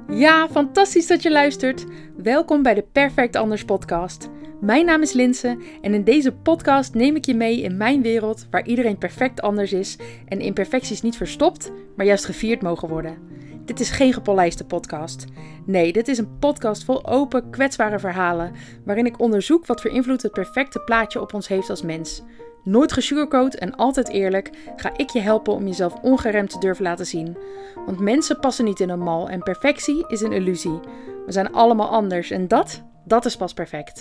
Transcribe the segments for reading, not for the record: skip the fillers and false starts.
Ja, fantastisch dat je luistert. Welkom bij de Perfect Anders podcast. Mijn naam is Linse en in deze podcast neem ik je mee in mijn wereld waar iedereen perfect anders is en imperfecties niet verstopt, maar juist gevierd mogen worden. Dit is geen gepolijste podcast. Nee, dit is een podcast vol open, kwetsbare verhalen waarin ik onderzoek wat voor invloed het perfecte plaatje op ons heeft als mens. Nooit gesugarcoat en altijd eerlijk ga ik je helpen om jezelf ongeremd te durven laten zien. Want mensen passen niet in een mal en perfectie is een illusie. We zijn allemaal anders en dat is pas perfect.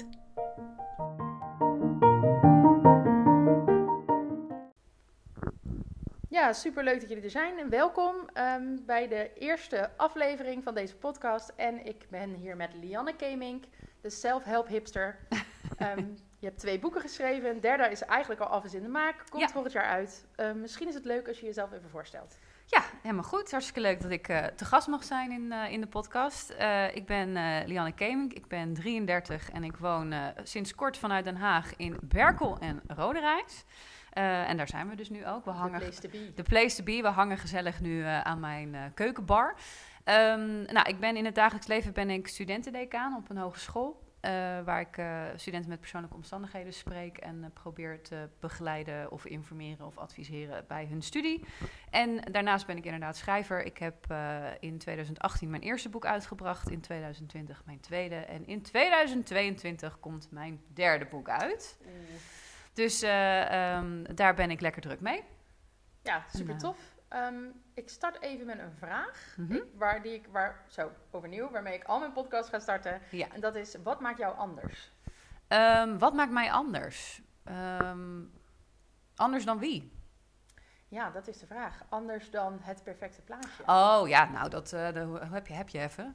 Ja, superleuk dat jullie er zijn en welkom bij de eerste aflevering van deze podcast. En ik ben hier met Lianne Kemink, de self-help hipster. Je hebt 2 boeken geschreven. Een derde is eigenlijk al af is in de maak. Komt volgend jaar uit. Misschien is het leuk als je jezelf even voorstelt. Ja, helemaal goed. Hartstikke leuk dat ik te gast mag zijn in de podcast. Ik ben Lianne Kemink, ik ben 33 en ik woon sinds kort vanuit Den Haag in Berkel en Roderijs. En daar zijn we dus nu ook. The place to be. We hangen gezellig nu aan mijn keukenbar. Ik ben in het dagelijks leven studentendecaan op een hogeschool. Waar ik studenten met persoonlijke omstandigheden spreek en probeer te begeleiden of informeren of adviseren bij hun studie. En daarnaast ben ik inderdaad schrijver. Ik heb in 2018 mijn eerste boek uitgebracht, in 2020 mijn tweede en in 2022 komt mijn derde boek uit. Dus daar ben ik lekker druk mee. Ja, super tof. Ik start even met een vraag, waarmee ik al mijn podcast ga starten. Ja. En dat is, wat maakt jou anders? Wat maakt mij anders? Anders dan wie? Ja, dat is de vraag. Anders dan het perfecte plaatje. Oh ja, nou, dat heb je even.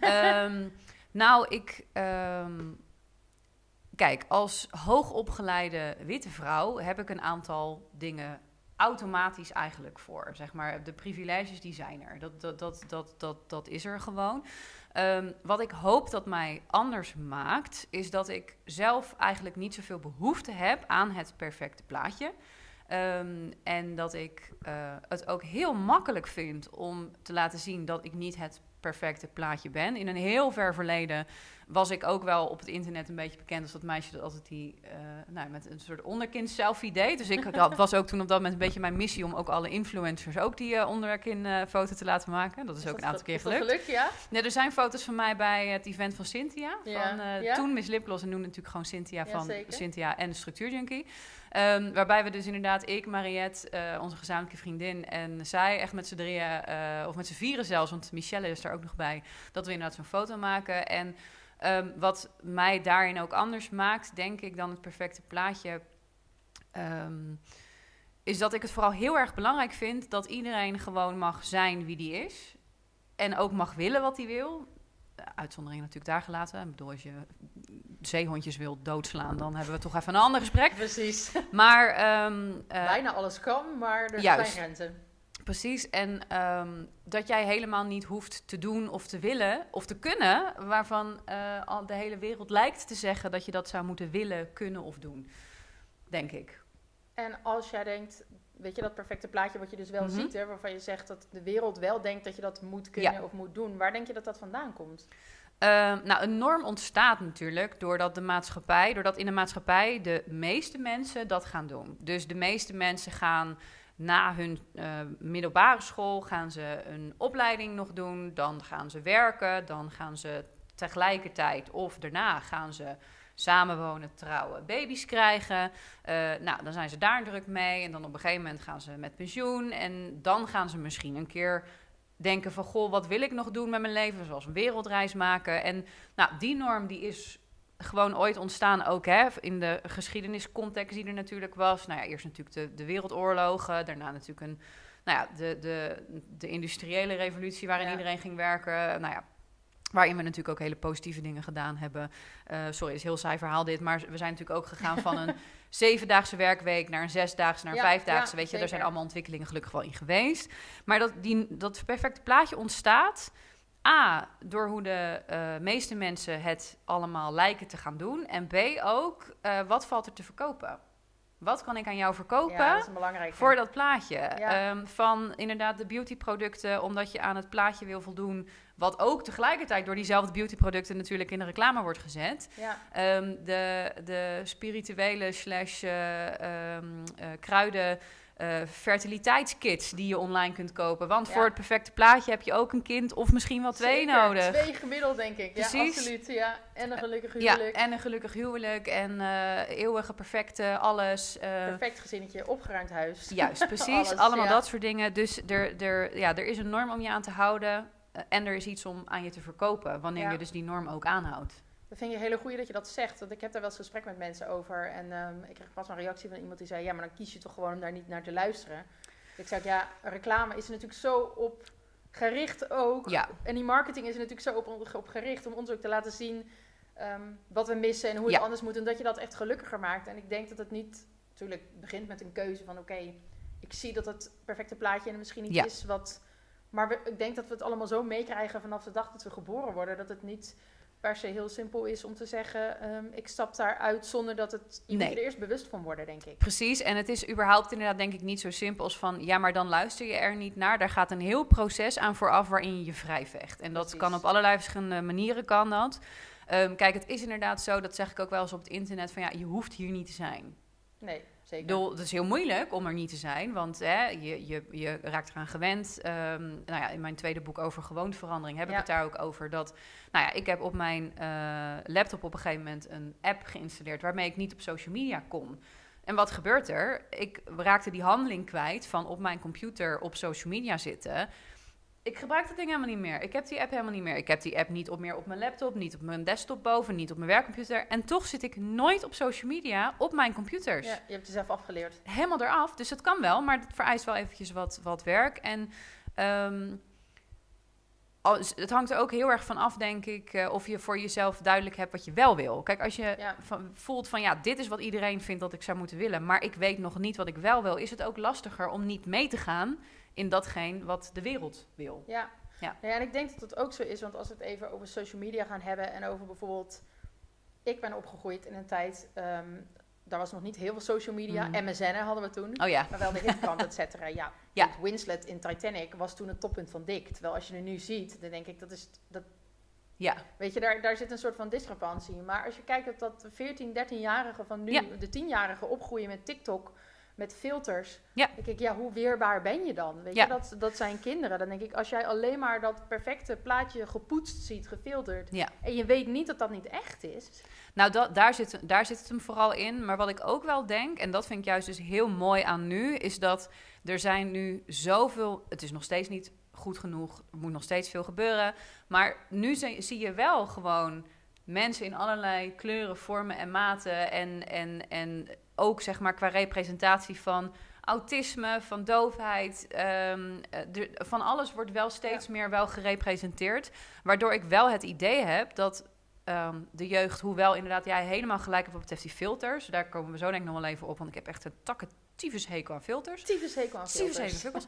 Kijk, als hoogopgeleide witte vrouw heb ik een aantal dingen automatisch eigenlijk voor. Zeg maar, de privileges die zijn er. Dat is er gewoon. Wat ik hoop dat mij anders maakt, is dat ik zelf eigenlijk niet zoveel behoefte heb aan het perfecte plaatje. En dat ik het ook heel makkelijk vind om te laten zien dat ik niet het perfecte plaatje ben. In een heel ver verleden was ik ook wel op het internet een beetje bekend als dat meisje dat altijd met een soort onderkin selfie deed. Dus dat was ook toen op dat moment een beetje mijn missie om ook alle influencers ook die onderkin foto te laten maken. Dat is ook een aantal keer gelukt. Geluk, ja? Nee, er zijn foto's van mij bij het event van Cynthia. Toen Miss Lipgloss en nu natuurlijk gewoon Cynthia van Cynthia en de Structuur Junkie. Waarbij we dus inderdaad, ik, Mariette, onze gezamenlijke vriendin en zij echt met z'n drieën, of met z'n vieren zelfs, want Michelle is er ook nog bij, dat we inderdaad zo'n foto maken. En wat mij daarin ook anders maakt, denk ik, dan het perfecte plaatje, is dat ik het vooral heel erg belangrijk vind dat iedereen gewoon mag zijn wie die is. En ook mag willen wat hij wil. Uitzondering natuurlijk daar gelaten. Ik bedoel, als je zeehondjes wilt doodslaan, dan hebben we toch even een ander gesprek. Precies. Maar bijna alles kan, maar er zijn grenzen. Precies, en dat jij helemaal niet hoeft te doen of te willen of te kunnen, waarvan al de hele wereld lijkt te zeggen dat je dat zou moeten willen, kunnen of doen, denk ik. En als jij denkt, weet je, dat perfecte plaatje wat je dus wel ziet, hè, waarvan je zegt dat de wereld wel denkt dat je dat moet kunnen of moet doen, waar denk je dat dat vandaan komt? Een norm ontstaat natuurlijk doordat in de maatschappij de meeste mensen dat gaan doen. Dus de meeste mensen gaan na hun middelbare school gaan ze een opleiding nog doen, dan gaan ze werken, dan gaan ze tegelijkertijd of daarna gaan ze samenwonen, trouwen, baby's krijgen. Dan zijn ze daar druk mee en dan op een gegeven moment gaan ze met pensioen en dan gaan ze misschien een keer denken van, goh, wat wil ik nog doen met mijn leven, zoals een wereldreis maken. En die norm die is gewoon ooit ontstaan ook in de geschiedeniscontext die er natuurlijk was. Eerst natuurlijk de wereldoorlogen, daarna natuurlijk de industriële revolutie waarin iedereen ging werken. Waarin we natuurlijk ook hele positieve dingen gedaan hebben. Sorry, het is een heel saai verhaal dit, maar we zijn natuurlijk ook gegaan van een 7-daagse werkweek naar een 6-daagse, naar een 5-daagse. Weet je, daar zijn allemaal ontwikkelingen gelukkig wel in geweest. Maar dat perfecte plaatje ontstaat door hoe de meeste mensen het allemaal lijken te gaan doen. En B ook, wat valt er te verkopen? Wat kan ik aan jou verkopen Ja, dat is een belangrijke. voor dat plaatje? Ja. Van inderdaad de beautyproducten, omdat je aan het plaatje wil voldoen. Wat ook tegelijkertijd door diezelfde beautyproducten natuurlijk in de reclame wordt gezet. Ja. De spirituele kruiden... fertiliteitskits die je online kunt kopen. Want voor het perfecte plaatje heb je ook een kind of misschien wel 2 nodig. 2 gemiddeld, denk ik. Precies. Ja, absoluut. Ja. En een gelukkig huwelijk. Ja, en een gelukkig huwelijk en eeuwige perfecte alles. Perfect gezinnetje, opgeruimd huis. Juist, precies. Alles, allemaal dat soort dingen. Dus er is een norm om je aan te houden en er is iets om aan je te verkopen, wanneer je dus die norm ook aanhoudt. Dat vind je een hele goeie dat je dat zegt. Want ik heb daar wel eens gesprek met mensen over. En ik kreeg pas een reactie van iemand die zei... ja, maar dan kies je toch gewoon om daar niet naar te luisteren. Ik zei, ja, reclame is er natuurlijk zo op gericht ook. Ja. En die marketing is er natuurlijk zo op gericht... om ons ook te laten zien wat we missen... en hoe het anders moet. En dat je dat echt gelukkiger maakt. En ik denk dat het niet... natuurlijk begint met een keuze van... oké, ik zie dat het perfecte plaatje er misschien niet is wat... maar ik denk dat we het allemaal zo meekrijgen... vanaf de dag dat we geboren worden... dat het niet... per se heel simpel is om te zeggen... ik stap daaruit zonder dat het... je moet er eerst bewust van worden, denk ik. Precies, en het is überhaupt inderdaad denk ik niet zo simpel als van... ja, maar dan luister je er niet naar. Daar gaat een heel proces aan vooraf waarin je je vrij vecht. En dat kan op allerlei verschillende manieren, kan dat. Kijk, het is inderdaad zo, dat zeg ik ook wel eens op het internet... van ja, je hoeft hier niet te zijn. Nee, zeker. Het is heel moeilijk om er niet te zijn, want je raakt eraan gewend. In mijn tweede boek over gewoonteverandering heb ik het daar ook over. Dat, ik heb op mijn laptop op een gegeven moment een app geïnstalleerd... waarmee ik niet op social media kon. En wat gebeurt er? Ik raakte die handeling kwijt van op mijn computer op social media zitten... Ik gebruik dat ding helemaal niet meer. Ik heb die app helemaal niet meer. Ik heb die app niet meer op mijn laptop, niet op mijn desktop boven, niet op mijn werkcomputer. En toch zit ik nooit op social media op mijn computers. Ja, je hebt jezelf afgeleerd. Helemaal eraf. Dus het kan wel, maar het vereist wel eventjes wat werk. En het hangt er ook heel erg van af, denk ik, of je voor jezelf duidelijk hebt wat je wel wil. Kijk, als je voelt van dit is wat iedereen vindt dat ik zou moeten willen, maar ik weet nog niet wat ik wel wil, is het ook lastiger om niet mee te gaan in datgene wat de wereld wil. Ja. En ik denk dat dat ook zo is, want als we het even over social media gaan hebben en over bijvoorbeeld... Ik ben opgegroeid in een tijd, daar was nog niet heel veel social media. MSN hadden we toen, maar wel de hitkant, et cetera. Ja. Kate Winslet in Titanic was toen het toppunt van dik. Terwijl als je er nu ziet, dan denk ik, weet je, daar zit een soort van discrepantie. Maar als je kijkt op dat 14, 13-jarige van nu, de 10-jarige opgroeien met TikTok... met filters. Ja. Dan denk ik, hoe weerbaar ben je dan? Weet je, dat zijn kinderen. Dan denk ik, als jij alleen maar dat perfecte plaatje gepoetst ziet, gefilterd... en je weet niet dat dat niet echt is... Nou, daar zit het hem vooral in. Maar wat ik ook wel denk, en dat vind ik juist dus heel mooi aan nu... is dat er zijn nu zoveel... Het is nog steeds niet goed genoeg. Er moet nog steeds veel gebeuren. Maar nu zie je wel gewoon mensen in allerlei kleuren, vormen en maten... en ook zeg maar qua representatie van autisme, van doofheid. Van alles wordt wel steeds meer wel gerepresenteerd. Waardoor ik wel het idee heb dat de jeugd, hoewel inderdaad jij helemaal gelijk hebt wat betreft die filters. Daar komen we zo denk ik nog wel even op, want ik heb echt een tyfushekel aan filters. Tyfushekel aan filters.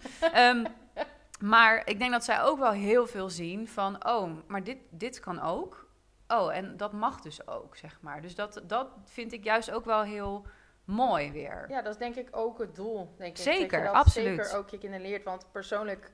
Maar ik denk dat zij ook wel heel veel zien van, maar dit kan ook. En dat mag dus ook, zeg maar. Dus dat vind ik juist ook wel heel mooi weer. Ja, dat is denk ik ook het doel, denk ik. Zeker, dat absoluut. Zeker ook je kinderen leert, want persoonlijk...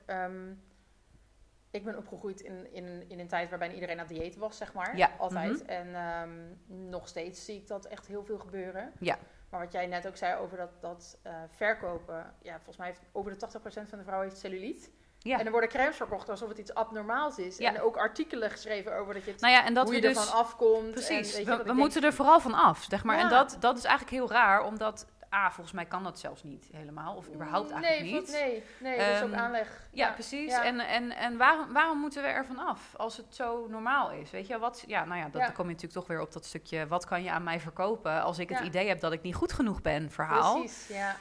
ik ben opgegroeid in een tijd waarbij iedereen aan dieet was, zeg maar. Ja. Altijd. En nog steeds zie ik dat echt heel veel gebeuren. Ja. Maar wat jij net ook zei over dat verkopen... Ja, volgens mij heeft over de 80% van de vrouwen heeft celluliet. Ja. En er worden crèmes verkocht alsof het iets abnormaals is. Ja. En ook artikelen geschreven over dat je hoe je dus, ervan afkomt. Precies, en, we moeten er vooral van af, zeg maar. Ja. En dat is eigenlijk heel raar, omdat... volgens mij kan dat zelfs niet helemaal. Of überhaupt eigenlijk niet. Nee, dat is ook aanleg. Ja, precies. Ja. En waarom moeten we er van af? Als het zo normaal is. Weet je, dan kom je natuurlijk toch weer op dat stukje... Wat kan je aan mij verkopen als ik het idee heb dat ik niet goed genoeg ben, verhaal. Precies, ja.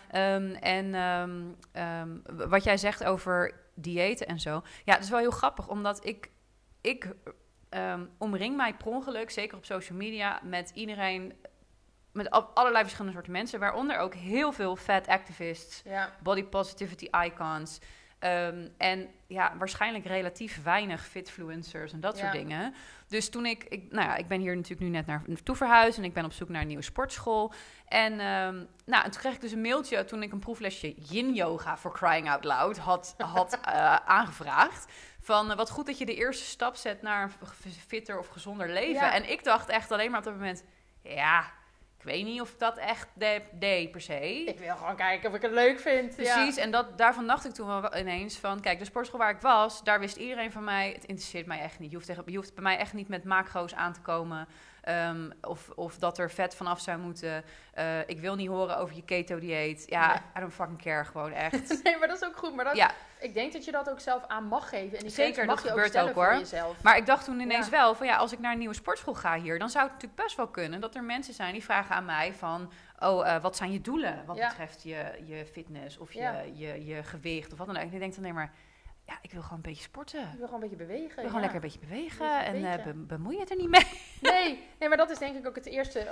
Wat jij zegt over diëten en zo. Ja, dat is wel heel grappig, omdat ik omring mij per ongeluk, zeker op social media, met iedereen... Met allerlei verschillende soorten mensen, waaronder ook heel veel fat activists, body positivity icons. En ja, waarschijnlijk relatief weinig fitfluencers en dat soort dingen. Dus toen ik ben hier natuurlijk nu net naartoe verhuisd en ik ben op zoek naar een nieuwe sportschool. En toen kreeg ik dus een mailtje toen ik een proeflesje yin yoga voor crying out loud had aangevraagd. Van wat goed dat je de eerste stap zet naar een fitter of gezonder leven. Ja. En ik dacht echt alleen maar op dat moment, ik weet niet of dat echt deed per se. Ik wil gewoon kijken of ik het leuk vind. Precies, en daarvan dacht ik toen wel ineens van... Kijk, de sportschool waar ik was, daar wist iedereen van mij... Het interesseert mij echt niet. Je hoeft bij mij echt niet met macro's aan te komen... Of dat er vet vanaf zou moeten. Ik wil niet horen over je keto-dieet. I don't fucking care, gewoon echt. Nee, maar dat is ook goed. Maar ik denk dat je dat ook zelf aan mag geven. En die zeker, mag dat je gebeurt ook stellen ook, hoor. voor jezelf. Maar ik dacht toen ineens wel van als ik naar een nieuwe sportschool ga hier... dan zou het natuurlijk best wel kunnen dat er mensen zijn die vragen aan mij van... wat zijn je doelen wat betreft je fitness of je gewicht of wat dan ook. En ik denk dan alleen maar... Ja, ik wil gewoon een beetje sporten. Ik wil gewoon een beetje bewegen. Ik wil gewoon lekker een beetje bewegen. En bemoei je het er niet mee. Nee, maar dat is denk ik ook het eerste.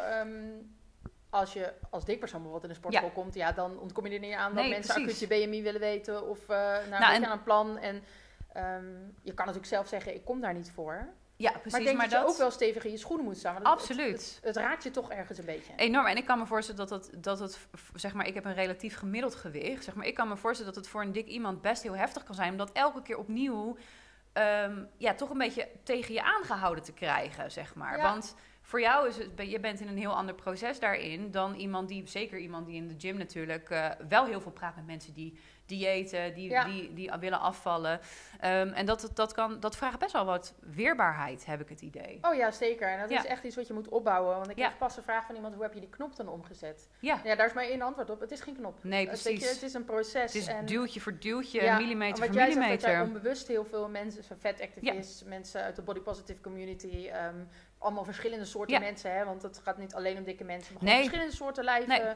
Als je als dik persoon bijvoorbeeld in een sportschool komt, dan ontkom je er niet aan dat mensen acuut je BMI willen weten of aan een plan. En je kan natuurlijk zelf zeggen, ik kom daar niet voor. Ja, precies. Maar ik denk dat je ook wel stevig in je schoenen moet staan. Want absoluut. Het raakt je toch ergens een beetje. Enorm. En ik kan me voorstellen dat het zeg maar, ik heb een relatief gemiddeld gewicht. Zeg maar, ik kan me voorstellen dat het voor een dik iemand best heel heftig kan zijn. Om dat elke keer opnieuw toch een beetje tegen je aangehouden te krijgen, zeg maar. Ja. Want voor jou is je bent in een heel ander proces daarin dan iemand die in de gym natuurlijk wel heel veel praat met mensen die diëten, die willen afvallen. En dat vraagt best wel wat weerbaarheid, heb ik het idee. Oh ja, zeker. En dat is echt iets wat je moet opbouwen. Want ik kreeg pas een vraag van iemand, hoe heb je die knop dan omgezet? Ja, daar is maar één antwoord op. Het is geen knop. Nee, precies. Het is een proces. Het is duwtje voor duwtje, millimeter voor millimeter. Jij zegt dat jij onbewust heel veel mensen, vetactivisten, mensen uit de body positive community... allemaal verschillende soorten mensen, hè? Want het gaat niet alleen om dikke mensen, maar gewoon verschillende soorten lijven.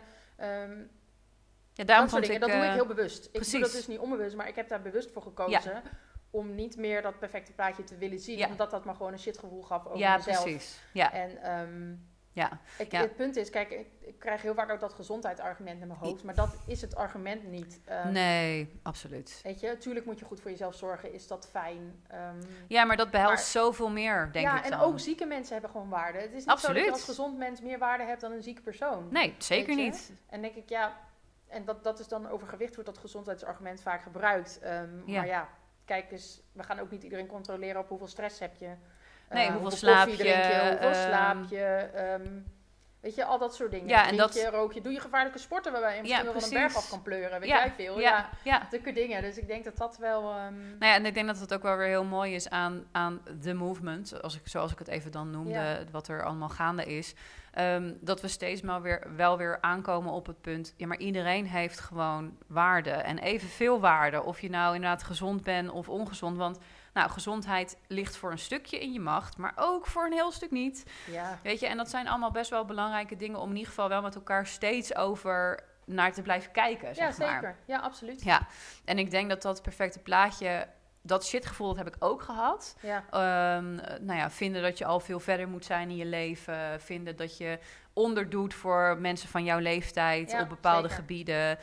Daarom dat doe ik heel bewust. Ik doe dat dus niet onbewust, maar ik heb daar bewust voor gekozen om niet meer dat perfecte plaatje te willen zien, omdat dat me gewoon een shitgevoel gaf over mezelf. Precies. Ja, precies. Het punt is, kijk, ik krijg heel vaak ook dat gezondheidsargument in mijn hoofd, maar dat is het argument niet. Nee, absoluut. Weet je, natuurlijk moet je goed voor jezelf zorgen, is dat fijn. Maar dat behelst zoveel meer, denk ik dan. Ja, en ook zieke mensen hebben gewoon waarde. Het is niet zo dat je als gezond mens meer waarde hebt dan een zieke persoon. Nee, zeker niet. En denk ik, en dat is dan over gewicht wordt dat gezondheidsargument vaak gebruikt. Maar kijk eens, we gaan ook niet iedereen controleren op hoeveel stress heb je. Hoeveel slaap je. Hoeveel slaap je. Weet je, al dat soort dingen. Ja, rook je. Doe je gevaarlijke sporten waarbij je misschien wel een berg af kan pleuren. Weet jij veel. Zulke dingen. Dus ik denk dat dat wel... en ik denk dat het ook wel weer heel mooi is aan the movement. Zoals ik het even dan noemde. Wat er allemaal gaande is. Dat we steeds maar wel weer aankomen op het punt... Ja, maar iedereen heeft gewoon waarde. En evenveel waarde. Of je nou inderdaad gezond bent of ongezond. Want... gezondheid ligt voor een stukje in je macht, maar ook voor een heel stuk niet. Ja. Weet je, en dat zijn allemaal best wel belangrijke dingen om in ieder geval wel met elkaar steeds over naar te blijven kijken, zeg maar. Ja, zeker. Ja, absoluut. Ja, en ik denk dat perfecte plaatje, dat shitgevoel, dat heb ik ook gehad. Ja. Vinden dat je al veel verder moet zijn in je leven, vinden dat je onderdoet voor mensen van jouw leeftijd op bepaalde gebieden.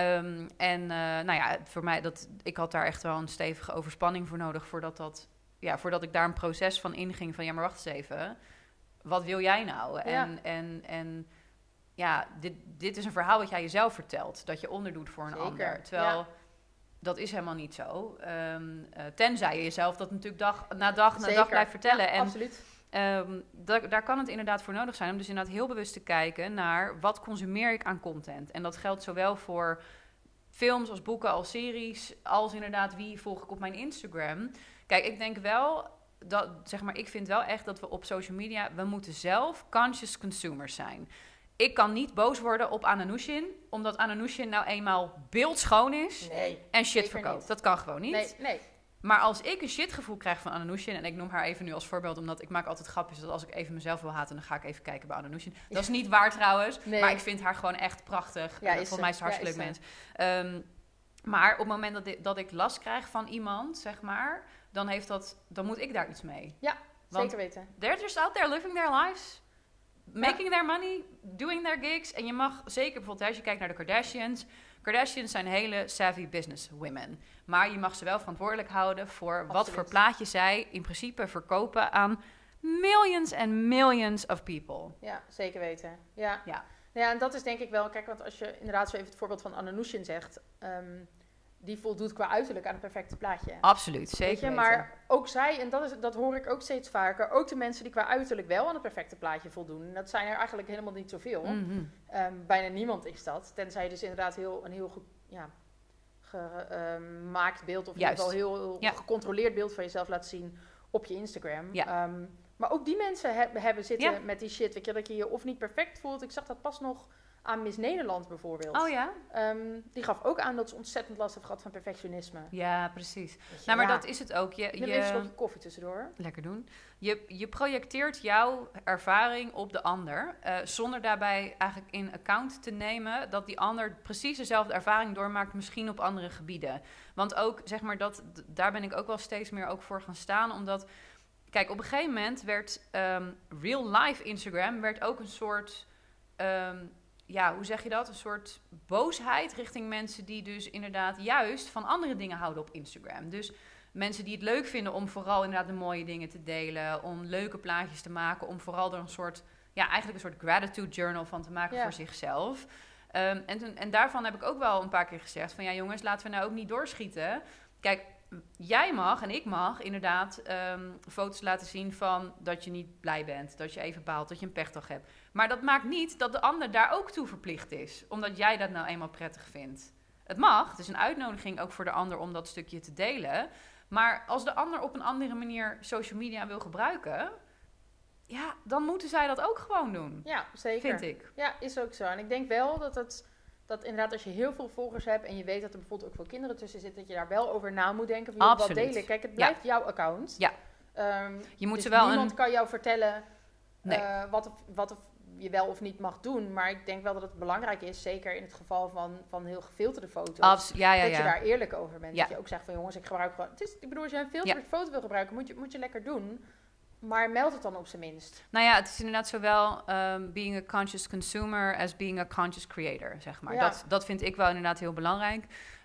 Voor mij, ik had daar echt wel een stevige overspanning voor nodig voordat ik daar een proces van inging van, maar wacht eens even, wat wil jij nou? Dit is een verhaal wat jij jezelf vertelt, dat je onderdoet voor een ander. Terwijl dat is helemaal niet zo. Tenzij je jezelf dat natuurlijk dag na dag blijft vertellen. Ja, absoluut. Daar kan het inderdaad voor nodig zijn om dus inderdaad heel bewust te kijken naar wat consumeer ik aan content. En dat geldt zowel voor films als boeken als series, als inderdaad wie volg ik op mijn Instagram. Kijk, ik denk wel dat, ik vind wel echt dat we op social media, we moeten zelf conscious consumers zijn. Ik kan niet boos worden op Ananushin, omdat Ananushin nou eenmaal beeldschoon is en shit verkoopt. Niet. Dat kan gewoon niet. Nee. Maar als ik een shitgevoel krijg van Ananushin, en ik noem haar even nu als voorbeeld, omdat ik maak altijd grapjes dat als ik even mezelf wil haten, dan ga ik even kijken bij Ananushin. Dat is niet waar trouwens, maar ik vind haar gewoon echt prachtig. Volgens mij is het hartstikke leuk mens. Maar op het moment dat ik last krijg van iemand, dan moet ik daar iets mee. Ja, zeker weten. They're just out there living their lives. Making their money, doing their gigs. En je mag zeker bijvoorbeeld, als je kijkt naar de Kardashians, Kardashians zijn hele savvy businesswomen. Maar je mag ze wel verantwoordelijk houden voor wat voor plaatjes zij in principe verkopen aan millions en millions of people. Ja, zeker weten. Ja, en dat is denk ik wel... Kijk, want als je inderdaad zo even het voorbeeld van Anne Nushin zegt... die voldoet qua uiterlijk aan het perfecte plaatje. Absoluut, zeker weten. Maar ook zij, en dat hoor ik ook steeds vaker... ook de mensen die qua uiterlijk wel aan het perfecte plaatje voldoen... dat zijn er eigenlijk helemaal niet zoveel. Mm-hmm. Bijna niemand is dat. Tenzij je dus inderdaad een heel goed... gemaakt beeld... of in ieder geval heel gecontroleerd beeld van jezelf laat zien... op je Instagram. Ja. Maar ook die mensen hebben zitten met die shit. Weet je, dat je je of niet perfect voelt. Ik zag dat pas nog aan Miss Nederland bijvoorbeeld. Oh ja? Die gaf ook aan dat ze ontzettend last heeft gehad van perfectionisme. Ja, precies. Nou, maar dat is het ook. Je even een slokje koffie tussendoor. Lekker doen. Je projecteert jouw ervaring op de ander... zonder daarbij eigenlijk in account te nemen... dat die ander precies dezelfde ervaring doormaakt... misschien op andere gebieden. Want ook, zeg maar, daar ben ik ook wel steeds meer ook voor gaan staan... omdat... Kijk, op een gegeven moment werd real-life Instagram... werd ook een soort... hoe zeg je dat? Een soort boosheid richting mensen die dus inderdaad juist van andere dingen houden op Instagram. Dus mensen die het leuk vinden om vooral inderdaad de mooie dingen te delen, om leuke plaatjes te maken, om vooral er een soort, eigenlijk een soort gratitude journal van te maken voor zichzelf. En daarvan heb ik ook wel een paar keer gezegd van ja jongens, laten we nou ook niet doorschieten. Kijk, jij mag en ik mag inderdaad foto's laten zien van dat je niet blij bent, dat je even baalt, dat je een pechdag hebt. Maar dat maakt niet dat de ander daar ook toe verplicht is, omdat jij dat nou eenmaal prettig vindt. Het mag, het is een uitnodiging ook voor de ander om dat stukje te delen. Maar als de ander op een andere manier social media wil gebruiken, ja, dan moeten zij dat ook gewoon doen. Ja, zeker. Vind ik. Ja, is ook zo. En ik denk wel dat inderdaad als je heel veel volgers hebt en je weet dat er bijvoorbeeld ook veel kinderen tussen zitten, dat je daar wel over na moet denken. Van, wat delen. Kijk, het blijft jouw account. Ja. Je moet dus ze wel niemand kan jou vertellen wat je wel of niet mag doen. Maar ik denk wel dat het belangrijk is, zeker in het geval van heel gefilterde foto's, dat je daar eerlijk over bent. Dat je ook zegt van jongens, ik gebruik gewoon... Ik bedoel, als je een filter foto wil gebruiken, moet je lekker doen. Maar meld het dan op zijn minst. Nou ja, het is inderdaad zowel being a conscious consumer as being a conscious creator, zeg maar. Ja. Dat vind ik wel inderdaad heel belangrijk.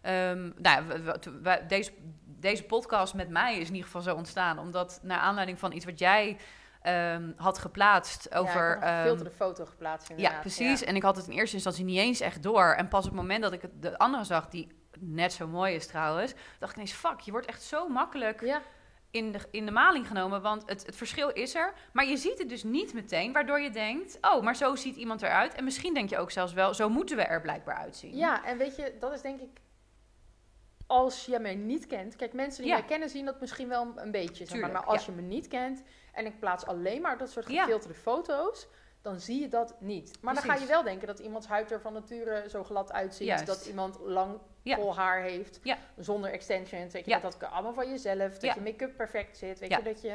Deze podcast met mij is in ieder geval zo ontstaan. Omdat naar aanleiding van iets wat jij had geplaatst over... Ja, ik had een gefilterde foto geplaatst inderdaad. Ja, precies. Ja. En ik had het in eerste instantie niet eens echt door. En pas op het moment dat ik de andere zag, die net zo mooi is trouwens, dacht ik ineens, fuck, je wordt echt zo makkelijk... Ja. In de maling genomen, want het verschil is er. Maar je ziet het dus niet meteen, waardoor je denkt... oh, maar zo ziet iemand eruit. En misschien denk je ook zelfs wel, zo moeten we er blijkbaar uitzien. Ja, en weet je, dat is denk ik... als je mij niet kent... Kijk, mensen die mij kennen zien dat misschien wel een beetje. Zeg maar als je me niet kent... en ik plaats alleen maar dat soort gefilterde foto's... dan zie je dat niet. Maar dan ga je wel denken dat iemands huid er van nature zo glad uitziet. Juist. Dat iemand lang vol haar heeft. Ja. Zonder extensions. Weet je, dat kan allemaal van jezelf. Dat je make-up perfect zit. Weet je, dat je...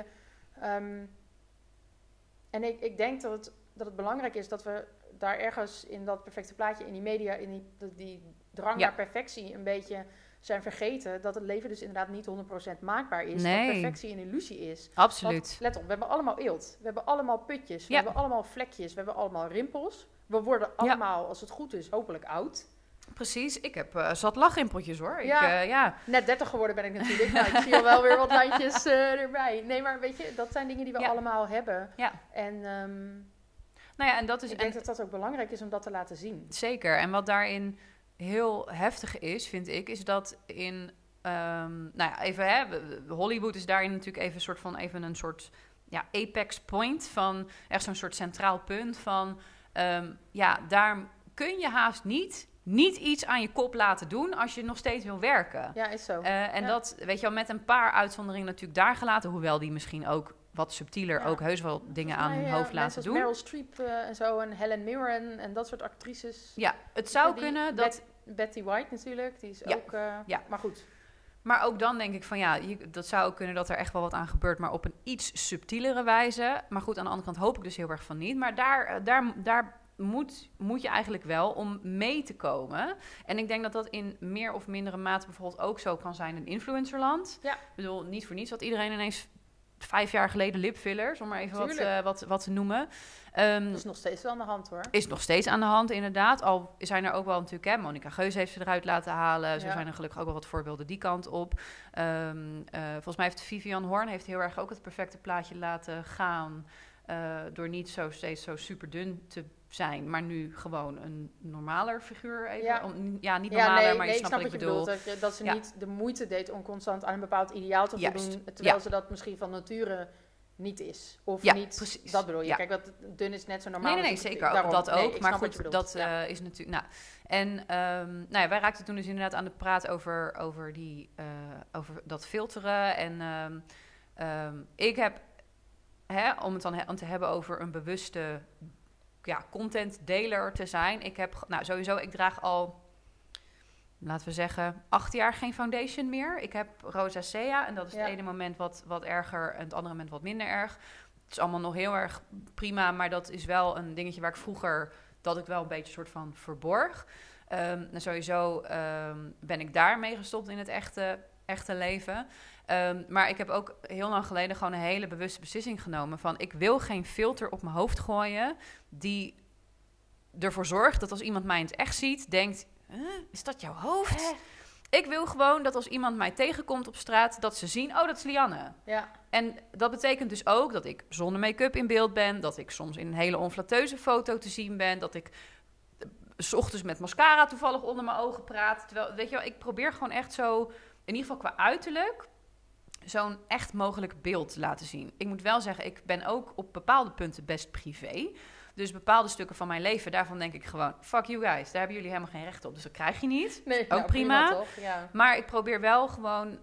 en ik denk dat het belangrijk is dat we daar ergens in dat perfecte plaatje, in die media, in die drang naar perfectie een beetje zijn vergeten. Dat het leven dus inderdaad niet 100% maakbaar is. Nee. Dat perfectie een illusie is. Absoluut. Want, let op, we hebben allemaal eelt. We hebben allemaal putjes. We hebben allemaal vlekjes. We hebben allemaal rimpels. We worden allemaal, als het goed is, hopelijk oud. Precies, ik heb zat lachrimpeltjes hoor. Net 30 geworden ben ik natuurlijk. Nou, ik zie al wel weer wat lijntjes erbij. Nee, maar weet je, dat zijn dingen die we allemaal hebben. Ja. En en dat is... Ik denk dat dat ook belangrijk is om dat te laten zien. Zeker. En wat daarin heel heftig is, vind ik, is dat in... Hollywood is daarin natuurlijk even een soort apex point van... echt zo'n soort centraal punt van... daar kun je haast niet iets aan je kop laten doen als je nog steeds wil werken. Ja, is zo. Dat, weet je wel, met een paar uitzonderingen natuurlijk daar gelaten, hoewel die misschien ook wat subtieler ook heus wel dingen aan hun hoofd laten doen. Meryl Streep en zo en Helen Mirren en dat soort actrices. Ja, het zou kunnen dat... Betty White natuurlijk, die is ook... Maar goed. Maar ook dan denk ik van dat zou ook kunnen dat er echt wel wat aan gebeurt, maar op een iets subtielere wijze. Maar goed, aan de andere kant hoop ik dus heel erg van niet. Maar daar moet je eigenlijk wel om mee te komen. En ik denk dat dat in meer of mindere mate bijvoorbeeld ook zo kan zijn in influencerland. Ja. Ik bedoel, niet voor niets dat iedereen ineens 5 jaar geleden lipfillers, om maar even wat te noemen. Dat is nog steeds wel aan de hand, hoor. Is nog steeds aan de hand, inderdaad. Al zijn er ook wel natuurlijk, hè, Monica Geus heeft ze eruit laten halen. Zo zijn er gelukkig ook wel wat voorbeelden die kant op. Volgens mij heeft Vivian Hoorn heel erg ook het perfecte plaatje laten gaan. Door niet steeds zo super dun te zijn, maar nu gewoon een normaler figuur even. Niet normaler, maar je snapt wat ik bedoel. Dat ze niet de moeite deed om constant aan een bepaald ideaal te voldoen, terwijl ze dat misschien van nature niet is. Of niet, precies. Dat bedoel je. Ja. Kijk, dat dun is net zo normaal. Nee, zeker. Daarom, dat ook. Nee, maar goed, dat is natuurlijk... Nou, en wij raakten toen dus inderdaad aan de praat over dat filteren. En ik heb, om het dan te hebben over een bewuste contentdeler te zijn. Ik draag al, laten we zeggen, 8 jaar geen foundation meer. Ik heb rosacea en dat is het ene moment wat erger en het andere moment wat minder erg. Het is allemaal nog heel erg prima, maar dat is wel een dingetje waar ik vroeger dat ik wel een beetje soort van verborg. Sowieso ben ik daarmee gestopt in het echte leven. Maar ik heb ook heel lang geleden gewoon een hele bewuste beslissing genomen van ik wil geen filter op mijn hoofd gooien die ervoor zorgt dat als iemand mij in het echt ziet, denkt, is dat jouw hoofd? Ik wil gewoon dat als iemand mij tegenkomt op straat, dat ze zien, dat is Lianne. Ja. En dat betekent dus ook dat ik zonder make-up in beeld ben, dat ik soms in een hele onflatteuze foto te zien ben, dat ik 's ochtends met mascara toevallig onder mijn ogen praat. Terwijl, weet je wel, ik probeer gewoon echt zo, in ieder geval qua uiterlijk, zo'n echt mogelijk beeld te laten zien. Ik moet wel zeggen, ik ben ook op bepaalde punten best privé. Dus bepaalde stukken van mijn leven, daarvan denk ik gewoon, fuck you guys, daar hebben jullie helemaal geen recht op. Dus dat krijg je niet. Nee, ook prima. Toch? Ja. Maar ik probeer wel gewoon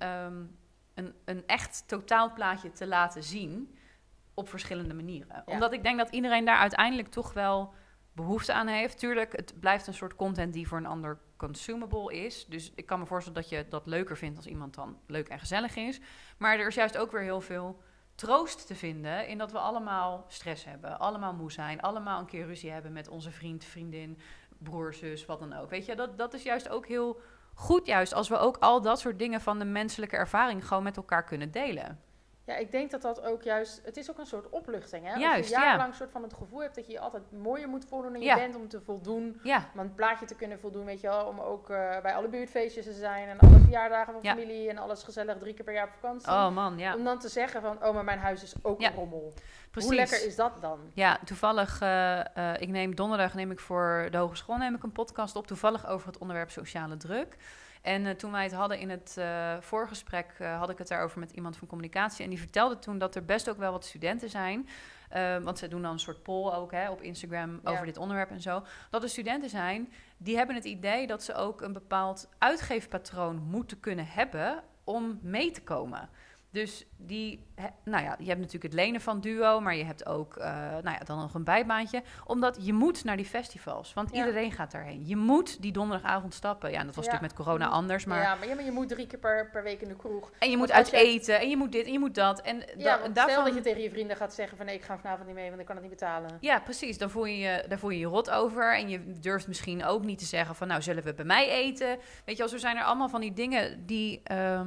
een echt totaalplaatje te laten zien op verschillende manieren. Ja. Omdat ik denk dat iedereen daar uiteindelijk toch wel behoefte aan heeft. Tuurlijk, het blijft een soort content die voor een ander consumable is. Dus ik kan me voorstellen dat je dat leuker vindt als iemand dan leuk en gezellig is. Maar er is juist ook weer heel veel troost te vinden in dat we allemaal stress hebben, allemaal moe zijn, allemaal een keer ruzie hebben met onze vriend, vriendin, broer, zus, wat dan ook. Weet je, dat is juist ook heel goed, juist als we ook al dat soort dingen van de menselijke ervaring gewoon met elkaar kunnen delen. Ja, ik denk dat ook juist, het is ook een soort opluchting, hè? Juist, als je jarenlang soort van het gevoel hebt dat je je altijd mooier moet voordoen dan je bent om te voldoen. Ja. Om een plaatje te kunnen voldoen, weet je wel. Om ook bij alle buurtfeestjes te zijn en alle verjaardagen van familie en alles gezellig 3 keer per jaar op vakantie. Oh man, ja. Om dan te zeggen van, maar mijn huis is ook een rommel. Precies. Hoe lekker is dat dan? Ja, toevallig, donderdag neem ik voor de hogeschool een podcast op, toevallig over het onderwerp sociale druk. En toen wij het hadden in het voorgesprek, had ik het daarover met iemand van communicatie. En die vertelde toen dat er best ook wel wat studenten zijn. Want ze doen dan een soort poll ook op Instagram over dit onderwerp en zo. Dat er studenten zijn, die hebben het idee dat ze ook een bepaald uitgeefpatroon moeten kunnen hebben om mee te komen. Dus je hebt natuurlijk het lenen van Duo, maar je hebt ook dan nog een bijbaantje. Omdat je moet naar die festivals, want iedereen gaat daarheen. Je moet die donderdagavond stappen. Ja, en dat was natuurlijk met corona anders. Maar... maar je moet 3 keer per week in de kroeg. En je moet uit eten, en je moet dit, en je moet dat. En stel dat je tegen je vrienden gaat zeggen van nee, ik ga vanavond niet mee, want ik kan het niet betalen. Ja, precies. Dan voel je je rot over. En je durft misschien ook niet te zeggen van nou, zullen we bij mij eten? Weet je wel, zo zijn er allemaal van die dingen die...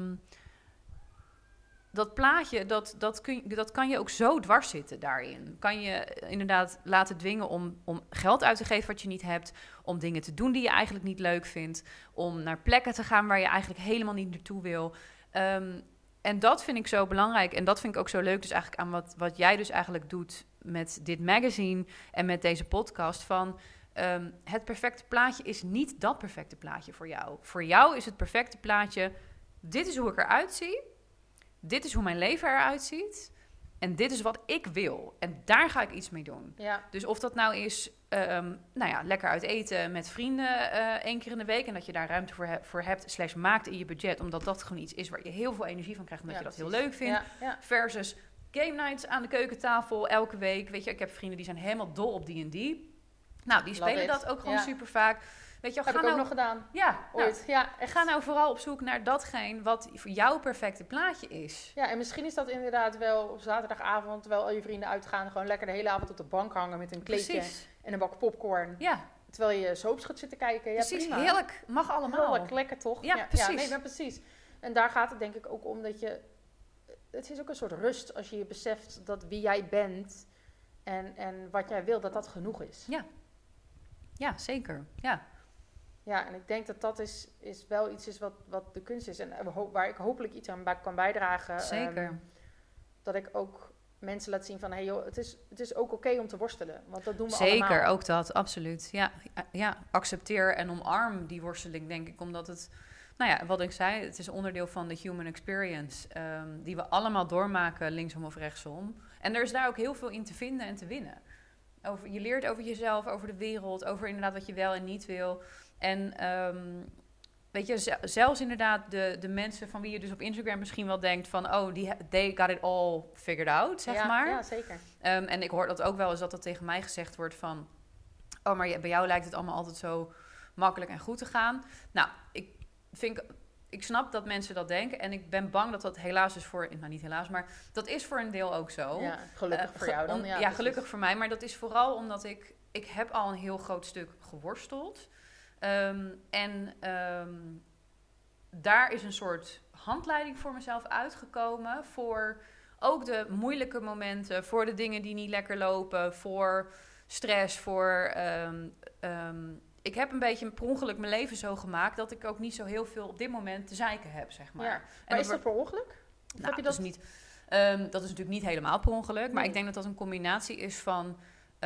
Dat plaatje, dat kan je ook zo dwars zitten daarin. Kan je inderdaad laten dwingen om geld uit te geven wat je niet hebt. Om dingen te doen die je eigenlijk niet leuk vindt. Om naar plekken te gaan waar je eigenlijk helemaal niet naartoe wil. En dat vind ik zo belangrijk. En dat vind ik ook zo leuk dus eigenlijk aan wat jij dus eigenlijk doet met dit magazine en met deze podcast. Van het perfecte plaatje is niet dat perfecte plaatje voor jou. Voor jou is het perfecte plaatje, dit is hoe ik eruit zie. Dit is hoe mijn leven eruit ziet. En dit is wat ik wil. En daar ga ik iets mee doen. Ja. Dus of dat nou is lekker uit eten met vrienden 1 keer in de week. En dat je daar ruimte voor hebt / maakt in je budget. Omdat dat gewoon iets is waar je heel veel energie van krijgt. Omdat je dat heel leuk vindt. Ja. Versus game nights aan de keukentafel elke week. Weet je, ik heb vrienden die zijn helemaal dol op D&D. Nou, die spelen dat ook gewoon super vaak. Weet je, heb ik ook nog gedaan. Ja, ooit. Ga nou vooral op zoek naar datgene wat voor jouw perfecte plaatje is. Ja, en misschien is dat inderdaad wel op zaterdagavond, terwijl al je vrienden uitgaan, gewoon lekker de hele avond op de bank hangen met een kleedje en een bak popcorn. Ja. Terwijl je soaps gaat zitten kijken. Ja, precies, prima. Heerlijk. Mag allemaal. Heerlijk, lekker toch? Ja, precies. Ja, precies. En daar gaat het denk ik ook om dat je... het is ook een soort rust als je beseft dat wie jij bent en wat jij wil, dat genoeg is. Ja, zeker. Ja. Ja, en ik denk dat is wel iets is wat de kunst is. En waar ik hopelijk iets aan kan bijdragen. Zeker. Dat ik ook mensen laat zien van... Hey joh, het is ook oké om te worstelen. Want dat doen we Zeker, allemaal. ook dat. Absoluut. Ja, accepteer en omarm die worsteling, denk ik. Omdat het... Nou ja, wat ik zei, het is onderdeel van de human experience. Die we allemaal doormaken, linksom of rechtsom. En er is daar ook heel veel in te vinden en te winnen. Je leert over jezelf, over de wereld, over inderdaad wat je wel en niet wil. En weet je, zelfs inderdaad de mensen van wie je dus op Instagram misschien wel denkt van... oh, they got it all figured out, zeg maar. Ja, zeker. En ik hoor dat ook wel eens dat tegen mij gezegd wordt van... oh, maar bij jou lijkt het allemaal altijd zo makkelijk en goed te gaan. Nou, ik snap dat mensen dat denken. En ik ben bang dat dat helaas is voor... nou, niet helaas, maar dat is voor een deel ook zo. Ja, gelukkig voor jou dan. Ja, gelukkig voor mij. Maar dat is vooral omdat ik heb al een heel groot stuk geworsteld. Daar is een soort handleiding voor mezelf uitgekomen. Voor ook de moeilijke momenten. Voor de dingen die niet lekker lopen. Voor stress. Ik heb een beetje per ongeluk mijn leven zo gemaakt... dat ik ook niet zo heel veel op dit moment te zeiken heb, zeg maar. Ja. Maar is dat per ongeluk? Of Nou, heb je dat is natuurlijk niet helemaal per ongeluk. Maar ik denk dat dat een combinatie is van...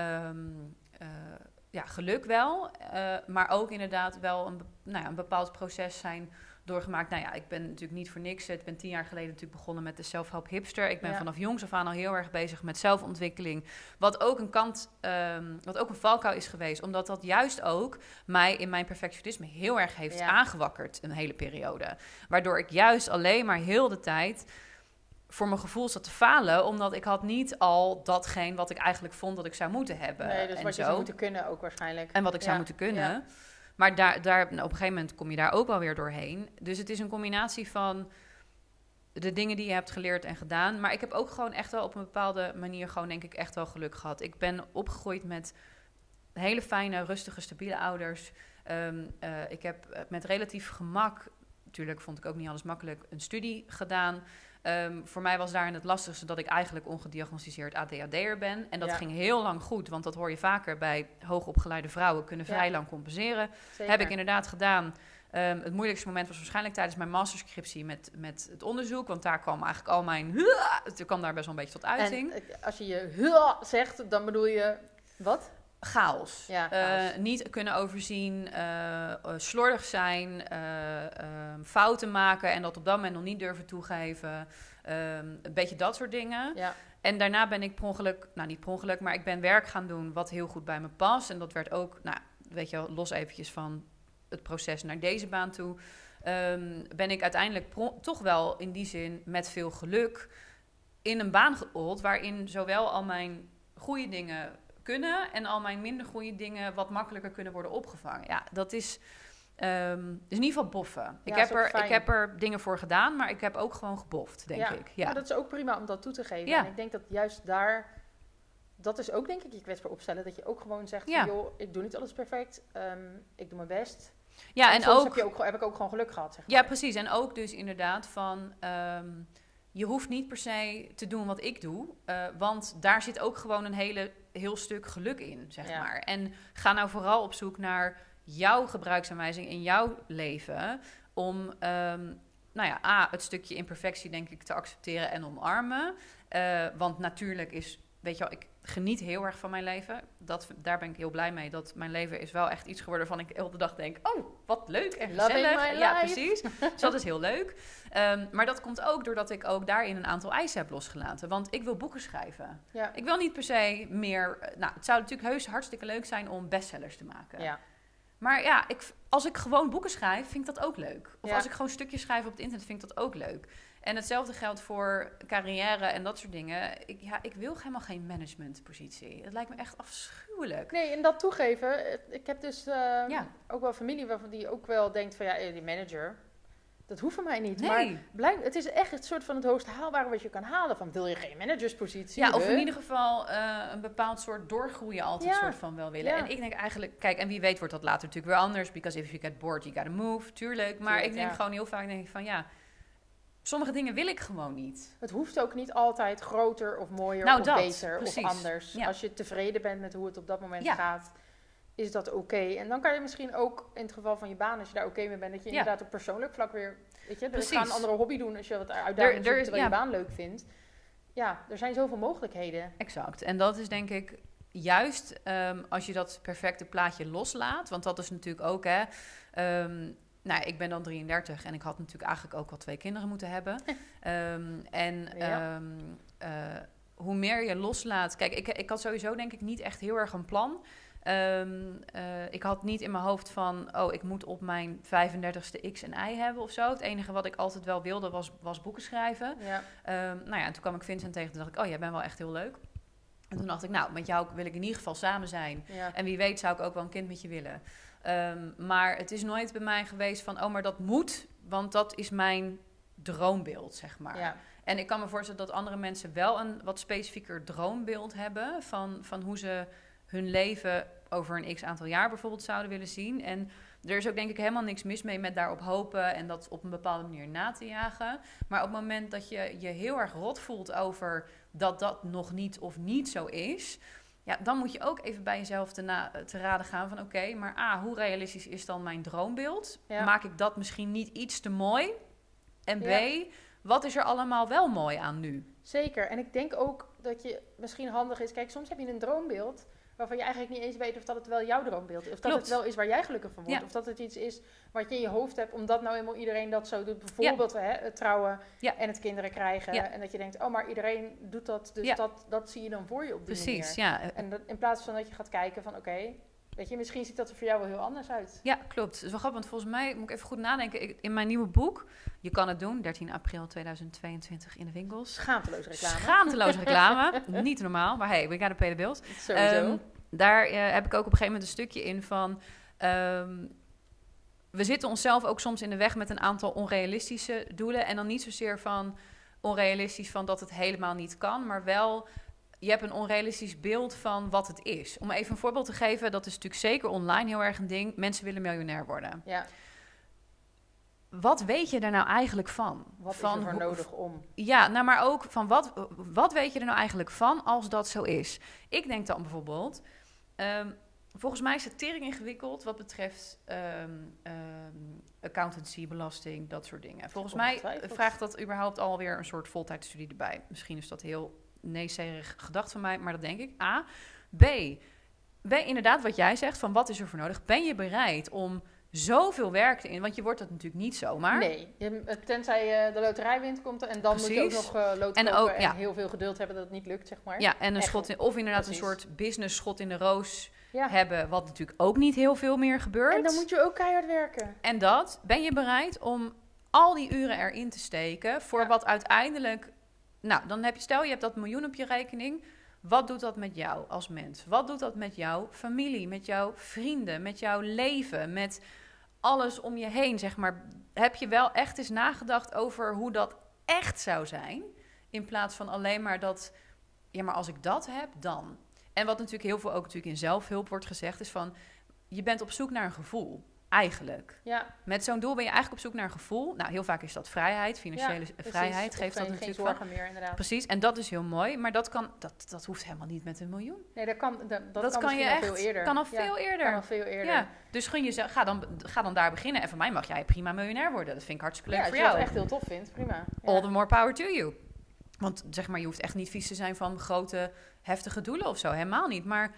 geluk wel. Maar ook inderdaad wel een bepaald proces zijn doorgemaakt. Nou ja, ik ben natuurlijk niet voor niks. Ik ben 10 jaar geleden natuurlijk begonnen met de self-help hipster. Ik ben vanaf jongs af aan al heel erg bezig met zelfontwikkeling. Wat ook een valkuil is geweest. Omdat dat juist ook mij in mijn perfectionisme heel erg heeft aangewakkerd. Een hele periode. Waardoor ik juist alleen maar heel de tijd... voor mijn gevoel zat te falen, omdat ik had niet al datgene wat ik eigenlijk vond dat ik zou moeten hebben. Nee, dus wat je zou moeten kunnen ook waarschijnlijk. En wat ik zou moeten kunnen. Ja. Maar daar, op een gegeven moment kom je daar ook wel weer doorheen. Dus het is een combinatie van de dingen die je hebt geleerd en gedaan. Maar ik heb ook gewoon echt wel op een bepaalde manier gewoon denk ik echt wel geluk gehad. Ik ben opgegroeid met hele fijne, rustige, stabiele ouders. Ik heb met relatief gemak, natuurlijk vond ik ook niet alles makkelijk, een studie gedaan. Voor mij was daarin het lastigste dat ik eigenlijk ongediagnosticeerd ADHD'er ben. En dat ging heel lang goed, want dat hoor je vaker bij hoogopgeleide vrouwen, kunnen vrij lang compenseren. Zeker. Heb ik inderdaad gedaan. Het moeilijkste moment was waarschijnlijk tijdens mijn masterscriptie met het onderzoek. Want daar kwam eigenlijk al mijn... Het kwam daar best wel een beetje tot uiting. En als je je zegt, dan bedoel je wat? Chaos. Ja, chaos. Niet kunnen overzien, slordig zijn, fouten maken en dat op dat moment nog niet durven toegeven. Een beetje dat soort dingen. Ja. En daarna ben ik niet per ongeluk, maar ik ben werk gaan doen wat heel goed bij me past. En dat werd ook, weet je wel, los eventjes van het proces naar deze baan toe. Ben ik uiteindelijk toch wel in die zin met veel geluk in een baan geold waarin zowel al mijn goede dingen kunnen en al mijn minder goede dingen wat makkelijker kunnen worden opgevangen. Ja, dat is in ieder geval boffen. Ja, ik heb er dingen voor gedaan, maar ik heb ook gewoon geboft, denk ik. Ja, maar dat is ook prima om dat toe te geven. Ja. En ik denk dat juist daar, dat is ook denk ik je kwetsbaar opstellen, dat je ook gewoon zegt, van, joh, ik doe niet alles perfect, ik doe mijn best. Ja, en ook heb ik ook gewoon geluk gehad, zeg maar. Ja, precies. En ook dus inderdaad van... je hoeft niet per se te doen wat ik doe. Want daar zit ook gewoon een heel stuk geluk in, zeg maar. En ga nou vooral op zoek naar jouw gebruiksaanwijzing in jouw leven. Om, het stukje imperfectie denk ik te accepteren en omarmen. Want natuurlijk is... Weet je wel, ik geniet heel erg van mijn leven. Daar ben ik heel blij mee. Dat mijn leven is wel echt iets geworden waarvan ik elke dag denk... oh, wat leuk en gezellig. Ja, precies. Dus dat is heel leuk. Maar dat komt ook doordat ik ook daarin een aantal eisen heb losgelaten. Want ik wil boeken schrijven. Ja. Ik wil niet per se meer... het zou natuurlijk heus hartstikke leuk zijn om bestsellers te maken. Ja. Maar ja, als ik gewoon boeken schrijf, vind ik dat ook leuk. Of als ik gewoon stukjes schrijf op het internet, vind ik dat ook leuk. En hetzelfde geldt voor carrière en dat soort dingen. Ik wil helemaal geen managementpositie. Het lijkt me echt afschuwelijk. Nee, en dat toegeven. Ik heb dus ook wel familie waarvan die ook wel denkt van die manager... Dat hoeft van mij niet. Nee. Maar het is echt het soort van het hoogst haalbare wat je kan halen. Van wil je geen managerspositie? Ja, of in ieder geval een bepaald soort doorgroeien altijd soort van wel willen. Ja. En ik denk eigenlijk, kijk, en wie weet wordt dat later natuurlijk weer anders. Because if you get bored, you gotta move. Tuurlijk. Maar ik denk gewoon heel vaak van sommige dingen wil ik gewoon niet. Het hoeft ook niet altijd groter of mooier Nou, of dat, beter precies. of anders. Ja. Als je tevreden bent met hoe het op dat moment Ja. gaat, is dat oké. En dan kan je misschien ook, in het geval van je baan, als je daar oké mee bent, dat je Ja. inderdaad op persoonlijk vlak weer, weet je, dus Precies. ga een andere hobby doen als je wat uitdaging zoekt, is- terwijl je baan leuk vindt. Ja, er zijn zoveel mogelijkheden. Exact. En dat is denk ik juist als je dat perfecte plaatje loslaat. Want dat is natuurlijk ook, hè. Nou, ik ben dan 33 en ik had natuurlijk eigenlijk ook wel 2 kinderen moeten hebben. Ja. Hoe meer je loslaat... Kijk, ik had sowieso denk ik niet echt heel erg een plan. Ik had niet in mijn hoofd van... ik moet op mijn 35ste X en Y hebben of zo. Het enige wat ik altijd wel wilde was boeken schrijven. Ja. En toen kwam ik Vincent tegen en dacht ik... jij bent wel echt heel leuk. En toen dacht ik, nou, met jou wil ik in ieder geval samen zijn. Ja. En wie weet zou ik ook wel een kind met je willen. Maar het is nooit bij mij geweest van... maar dat moet, want dat is mijn droombeeld, zeg maar. Ja. En ik kan me voorstellen dat andere mensen wel een wat specifieker droombeeld hebben... van hoe ze hun leven over een x-aantal jaar bijvoorbeeld zouden willen zien. En er is ook denk ik helemaal niks mis mee met daarop hopen... en dat op een bepaalde manier na te jagen. Maar op het moment dat je je heel erg rot voelt over... dat nog niet of niet zo is... ja, dan moet je ook even bij jezelf te raden gaan van... oké, maar hoe realistisch is dan mijn droombeeld? Ja. Maak ik dat misschien niet iets te mooi? En B, Ja. wat is er allemaal wel mooi aan nu? Zeker. En ik denk ook dat je misschien handig is... Kijk, soms heb je een droombeeld... waarvan je eigenlijk niet eens weet of dat het wel jouw droombeeld is. Of dat Klopt. het wel is waar jij gelukkig van wordt. Ja. Of dat het iets is wat je in je hoofd hebt... omdat nou eenmaal iedereen dat zo doet. Bijvoorbeeld het trouwen Ja. en het kinderen krijgen. Ja. En dat je denkt, maar iedereen doet dat. Dus Ja. dat zie je dan voor je op die Precies, manier. ja. En in plaats van dat je gaat kijken van... oké, weet je, misschien ziet dat er voor jou wel heel anders uit. Ja, klopt. Het is wel grappig, want volgens mij moet ik even goed nadenken. In mijn nieuwe boek, Je kan het doen, 13 april 2022 in de winkels. Schaamteloze reclame. Schaamteloze reclame. Niet normaal, maar hey, we gotta pay the bills. Sowieso. Daar heb ik ook op een gegeven moment een stukje in van... we zitten onszelf ook soms in de weg met een aantal onrealistische doelen. En dan niet zozeer van onrealistisch van dat het helemaal niet kan, maar wel... Je hebt een onrealistisch beeld van wat het is. Om even een voorbeeld te geven, dat is natuurlijk zeker online heel erg een ding. Mensen willen miljonair worden. Ja. Wat weet je er nou eigenlijk van? Wat is er voor hoe- nodig om? Ja, nou maar ook van wat weet je er nou eigenlijk van als dat zo is? Ik denk dan bijvoorbeeld... volgens mij is het tering ingewikkeld wat betreft accountancy, belasting, dat soort dingen. Volgens mij Ongetwijfeld. vraagt dat überhaupt alweer een soort voltijdstudie erbij. Misschien is dat heel neeserig gedacht van mij, maar dat denk ik. A. B. Inderdaad wat jij zegt, van wat is er voor nodig? Ben je bereid om zoveel werk in? Want je wordt dat natuurlijk niet zomaar. Nee, tenzij je de loterij wint, komt er. En dan moet je ook Precies. nog lood En kopen ook, en ja. heel veel geduld hebben dat het niet lukt, zeg maar. Ja, en een Echt. schot in, of inderdaad Precies. een soort business schot in de roos Ja. hebben, wat natuurlijk ook niet heel veel meer gebeurt. En dan moet je ook keihard werken. En dat, ben je bereid om al die uren erin te steken voor Ja. wat uiteindelijk... Nou, dan stel je hebt dat miljoen op je rekening. Wat doet dat met jou als mens? Wat doet dat met jouw familie, met jouw vrienden, met jouw leven, met alles om je heen, zeg maar? Heb je wel echt eens nagedacht over hoe dat echt zou zijn? In plaats van alleen maar dat, ja, maar als ik dat heb, dan. En wat natuurlijk heel veel ook natuurlijk in zelfhulp wordt gezegd, is van, je bent op zoek naar een gevoel. Eigenlijk. Ja, Met zo'n doel ben je eigenlijk op zoek naar een gevoel. Nou, heel vaak is dat vrijheid, financiële precies. vrijheid Of geeft dat geen natuurlijk zorgen van. meer, inderdaad. Precies, en dat is heel mooi, maar dat hoeft helemaal niet met een miljoen. Nee, dat kan Dat kan je misschien al echt, veel eerder. kan al Ja, veel eerder. Kan al veel eerder. Ja, dus ga dan daar beginnen. En voor mij mag jij prima miljonair worden. Dat vind ik hartstikke leuk Ja, voor als je jou. dat echt heel tof vindt, prima. Ja. All the more power to you. Want zeg maar, je hoeft echt niet vies te zijn van grote, heftige doelen of zo. Helemaal niet. Maar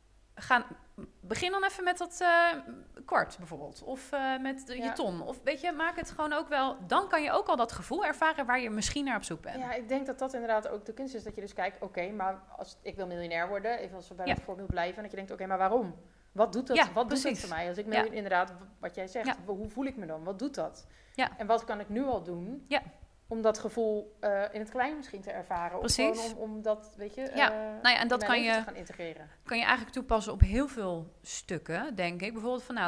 begin dan even met dat kwart bijvoorbeeld. Of met je Ja. ton. Of weet je, maak het gewoon ook wel... Dan kan je ook al dat gevoel ervaren waar je misschien naar op zoek bent. Ja, ik denk dat dat inderdaad ook de kunst is. Dat je dus kijkt, oké, maar als ik wil miljonair worden, even als we bij Ja. het voorbeeld blijven, en dat je denkt, oké, maar waarom? Wat doet dat? Ja, Wat doet dat precies. voor mij? Als ik Ja. inderdaad, wat jij zegt, Ja. hoe voel ik me dan? Wat doet dat? Ja. En wat kan ik nu al doen? Ja. Om dat gevoel in het klein misschien te ervaren. Precies. Of gewoon om dat, weet je, Ja. Nou ja, en dat in kan mijn leven je- te gaan integreren. Kan je eigenlijk toepassen op heel veel stukken, denk ik. Bijvoorbeeld van,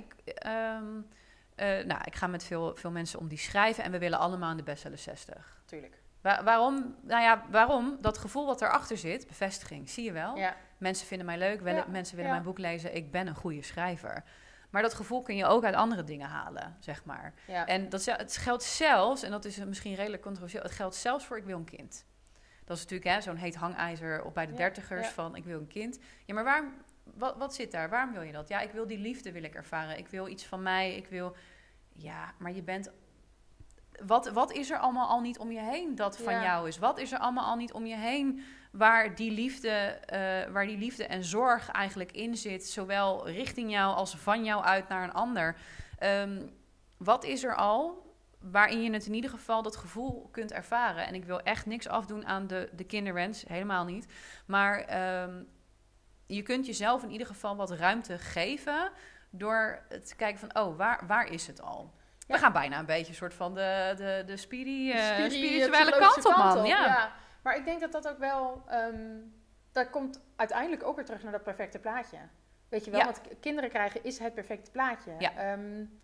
ik ga met veel mensen om die schrijven en we willen allemaal in de bestseller 60. Tuurlijk. Waarom? Nou ja, waarom? Dat gevoel wat erachter zit, bevestiging, zie je wel. Ja. Mensen vinden mij leuk, Ja, mensen willen ja. mijn boek lezen. Ik ben een goede schrijver. Maar dat gevoel kun je ook uit andere dingen halen, zeg maar. Ja. En het geldt zelfs, en dat is misschien redelijk controversieel, het geldt zelfs voor ik wil een kind. Dat is natuurlijk zo'n heet hangijzer op bij de dertigers van ik wil een kind. Ja, maar wat zit daar? Waarom wil je dat? Ja, ik wil die liefde wil ik ervaren. Ik wil iets van mij. Ik wil... Ja, maar je bent... Wat is er allemaal al niet om je heen dat van jou is? Wat is er allemaal al niet om je heen waar die liefde en zorg eigenlijk in zit, zowel richting jou als van jou uit naar een ander? Wat is er al waarin je het in ieder geval dat gevoel kunt ervaren? En ik wil echt niks afdoen aan de kinderwens, helemaal niet. Maar je kunt jezelf in ieder geval wat ruimte geven door te kijken van, waar is het al? We gaan bijna een beetje een soort van de spirituele kant op, man. Ja. Maar ik denk dat dat ook wel... dat komt uiteindelijk ook weer terug naar dat perfecte plaatje. Weet je wel, want kinderen krijgen is het perfecte plaatje. Ja.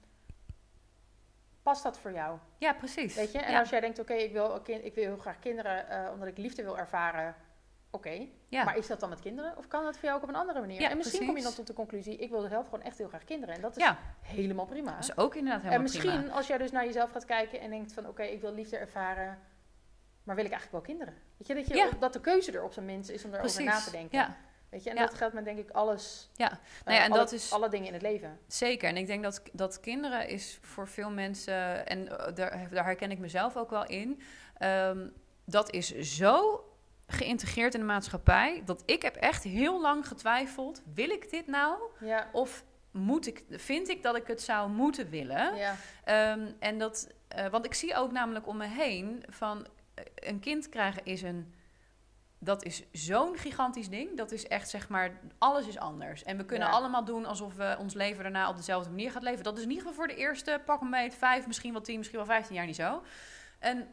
Past dat voor jou? Ja, precies. Weet je? En als jij denkt, oké, ik wil heel graag kinderen... omdat ik liefde wil ervaren... Oké, maar is dat dan met kinderen? Of kan dat voor jou ook op een andere manier? En misschien kom je dan tot de conclusie... ik wil zelf gewoon echt heel graag kinderen. En dat is helemaal prima. Dat is ook inderdaad helemaal prima. En misschien als jij dus naar jezelf gaat kijken... en denkt van oké, ik wil liefde ervaren... maar wil ik eigenlijk wel kinderen? Weet je, dat de keuze er op zijn minst is om erover na te denken. Ja. Weet je, en dat geldt met denk ik alles... en dat is alle dingen in het leven. Zeker. En ik denk dat kinderen is voor veel mensen... en daar herken ik mezelf ook wel in... dat is zo... geïntegreerd in de maatschappij, dat ik heb echt heel lang getwijfeld, wil ik dit nou? Ja. Of vind ik dat ik het zou moeten willen? Ja. En want ik zie ook namelijk om me heen van een kind krijgen dat is zo'n gigantisch ding. Dat is echt, zeg maar, alles is anders. En we kunnen allemaal doen alsof we ons leven daarna op dezelfde manier gaat leven. Dat is in ieder geval voor de eerste, pak een beetje 5, misschien wel 10, misschien wel 15 jaar niet zo. En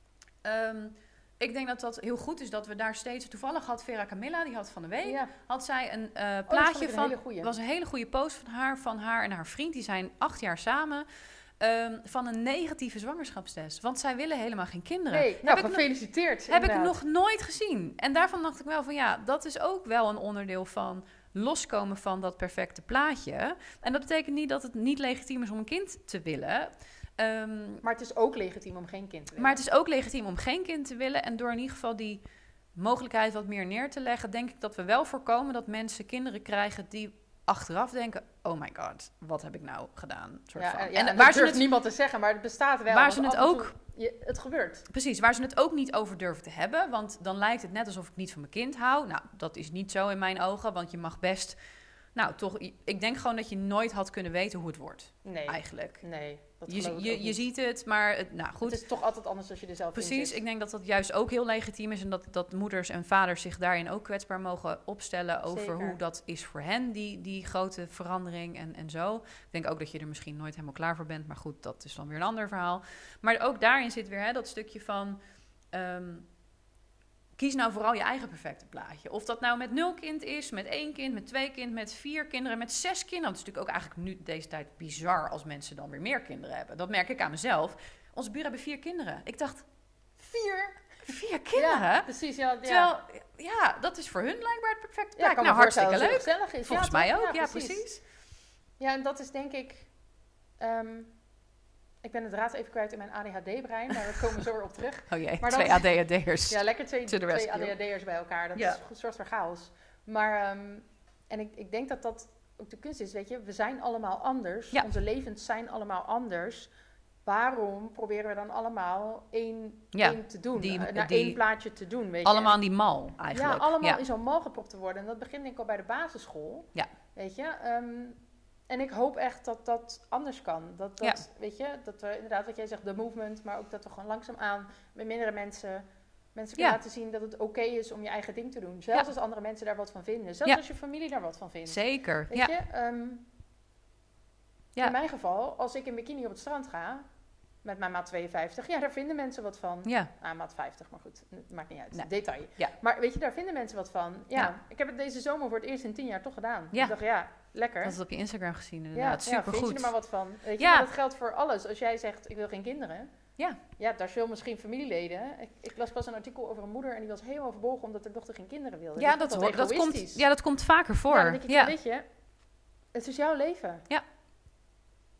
ik denk dat dat heel goed is dat we daar steeds... Toevallig had Vera Camilla, die had van de week... had zij een plaatje van... Het was een hele goede post van haar en haar vriend. Die zijn 8 jaar samen... van een negatieve zwangerschapstest. Want zij willen helemaal geen kinderen. Nee, nou, gefeliciteerd. Heb ik nog nooit gezien. En daarvan dacht ik wel van dat is ook wel een onderdeel van... loskomen van dat perfecte plaatje. En dat betekent niet dat het niet legitiem is om een kind te willen... maar het is ook legitiem om geen kind te willen. Maar het is ook legitiem om geen kind te willen. En door in ieder geval die mogelijkheid wat meer neer te leggen... denk ik dat we wel voorkomen dat mensen kinderen krijgen... die achteraf denken, oh my god, wat heb ik nou gedaan? En waar durft niemand te zeggen, maar het bestaat wel. Waar ze het ook... het gebeurt. Precies, waar ze het ook niet over durven te hebben. Want dan lijkt het net alsof ik niet van mijn kind hou. Nou, dat is niet zo in mijn ogen, want je mag best... Nou, toch, ik denk gewoon dat je nooit had kunnen weten hoe het wordt. Nee. Eigenlijk. Nee. Je ziet het, maar goed. Het is toch altijd anders als je er zelf in zit. Precies, ik denk dat dat juist ook heel legitiem is... en dat moeders en vaders zich daarin ook kwetsbaar mogen opstellen... over hoe dat is voor hen, die grote verandering en zo. Ik denk ook dat je er misschien nooit helemaal klaar voor bent... maar goed, dat is dan weer een ander verhaal. Maar ook daarin zit weer dat stukje van... kies nou vooral je eigen perfecte plaatje. Of dat nou met 0 kind is, met 1 kind, met 2 kind, met 4 kinderen, met 6 kinderen. Dat is natuurlijk ook eigenlijk nu deze tijd bizar als mensen dan weer meer kinderen hebben. Dat merk ik aan mezelf. Onze buren hebben 4 kinderen. Ik dacht, 4 kinderen? Ja, precies. Terwijl, dat is voor hun blijkbaar het perfecte plaatje. Nou, hartstikke leuk. Gezellig is. Volgens mij ook, precies. Ja, en dat is denk ik... ik ben het raad even kwijt in mijn ADHD-brein, maar we komen zo weer op terug. Oh jee, maar 2 ADHD'ers. Ja, lekker twee ADHD'ers bij elkaar. Dat is een soort van chaos. Maar, en ik denk dat dat ook de kunst is, weet je. We zijn allemaal anders. Ja. Onze levens zijn allemaal anders. Waarom proberen we dan allemaal één te doen? Één plaatje te doen, weet je. Allemaal in die mal, eigenlijk. Ja, allemaal in zo'n mal gepropt te worden. En dat begint denk ik al bij de basisschool. Ja. Weet je. En ik hoop echt dat dat anders kan. Weet je, dat we inderdaad, wat jij zegt, de movement, maar ook dat we gewoon langzaamaan met mindere mensen kunnen laten zien dat het oké is om je eigen ding te doen. Zelfs als andere mensen daar wat van vinden. Zelfs als je familie daar wat van vindt. Zeker, weet je? In mijn geval, als ik in bikini op het strand ga, met mijn maat 52, daar vinden mensen wat van. Ja. Maat 50, maar goed, maakt niet uit. Nee. Detail. Ja. Maar weet je, daar vinden mensen wat van. Ja, ik heb het deze zomer voor het eerst in 10 jaar toch gedaan. Ja. Ik dacht, lekker. Dat is op je Instagram gezien, inderdaad. Supergoed. Vind je er maar wat van. Weet je, maar dat geldt voor alles. Als jij zegt, ik wil geen kinderen. Ja, daar zullen misschien familieleden. Ik las pas een artikel over een moeder en die was helemaal verbolgen omdat haar dochter geen kinderen wilde. Ja, dat komt vaker voor. Ja, dan denk ik, weet je, het is jouw leven. Ja.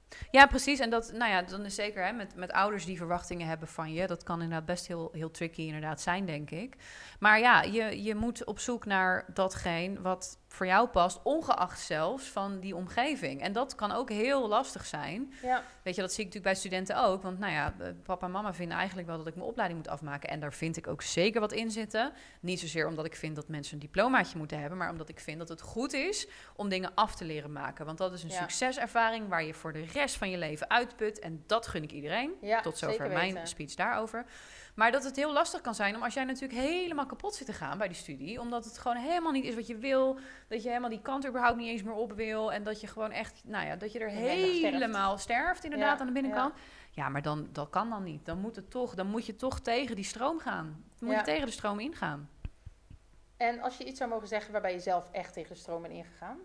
Ja, precies. En dat, nou ja, dan is zeker hè, met ouders die verwachtingen hebben van je. Dat kan inderdaad best heel tricky inderdaad zijn, denk ik. Maar ja, je moet op zoek naar datgene wat voor jou past, ongeacht zelfs van die omgeving. En dat kan ook heel lastig zijn. Ja. Weet je, dat zie ik natuurlijk bij studenten ook. Want nou ja, papa en mama vinden eigenlijk wel dat ik mijn opleiding moet afmaken. En daar vind ik ook zeker wat in zitten. Niet zozeer omdat ik vind dat mensen een diplomaatje moeten hebben, maar omdat ik vind dat het goed is om dingen af te leren maken. Want dat is een succeservaring waar je voor de rest van je leven uitput. En dat gun ik iedereen. Ja, tot zover mijn speech daarover. Maar dat het heel lastig kan zijn om als jij natuurlijk helemaal kapot zit te gaan bij die studie, omdat het gewoon helemaal niet is wat je wil, dat je helemaal die kant überhaupt niet eens meer op wil en dat je gewoon echt, nou ja, dat je er helemaal sterft inderdaad aan de binnenkant. Ja, maar dat kan dan niet. Dan moet je toch tegen die stroom gaan. Dan moet je tegen de stroom ingaan. En als je iets zou mogen zeggen waarbij je zelf echt tegen de stroom bent ingegaan?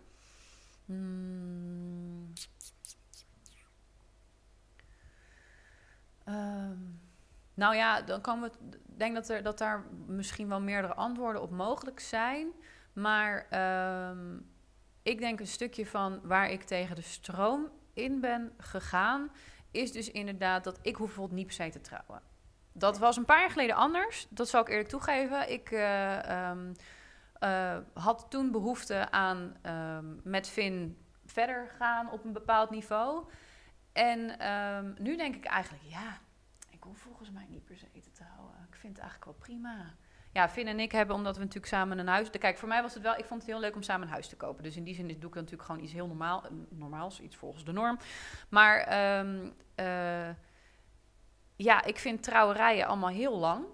Nou ja, dan komen we. Ik denk dat daar misschien wel meerdere antwoorden op mogelijk zijn. Maar ik denk een stukje van waar ik tegen de stroom in ben gegaan, is dus inderdaad dat ik hoef bijvoorbeeld niet per se te trouwen. Dat was een paar jaar geleden anders. Dat zal ik eerlijk toegeven. Ik had toen behoefte aan met Finn verder gaan op een bepaald niveau. En nu denk ik eigenlijk, ja, ik hoef volgens mij niet per se te trouwen. Ik vind het eigenlijk wel prima. Ja, Finn en ik hebben, omdat we natuurlijk samen een huis... Kijk, voor mij was het wel... Ik vond het heel leuk om samen een huis te kopen. Dus in die zin doe ik natuurlijk gewoon iets heel normaals. Iets volgens de norm. Maar ja, ik vind trouwerijen allemaal heel lang.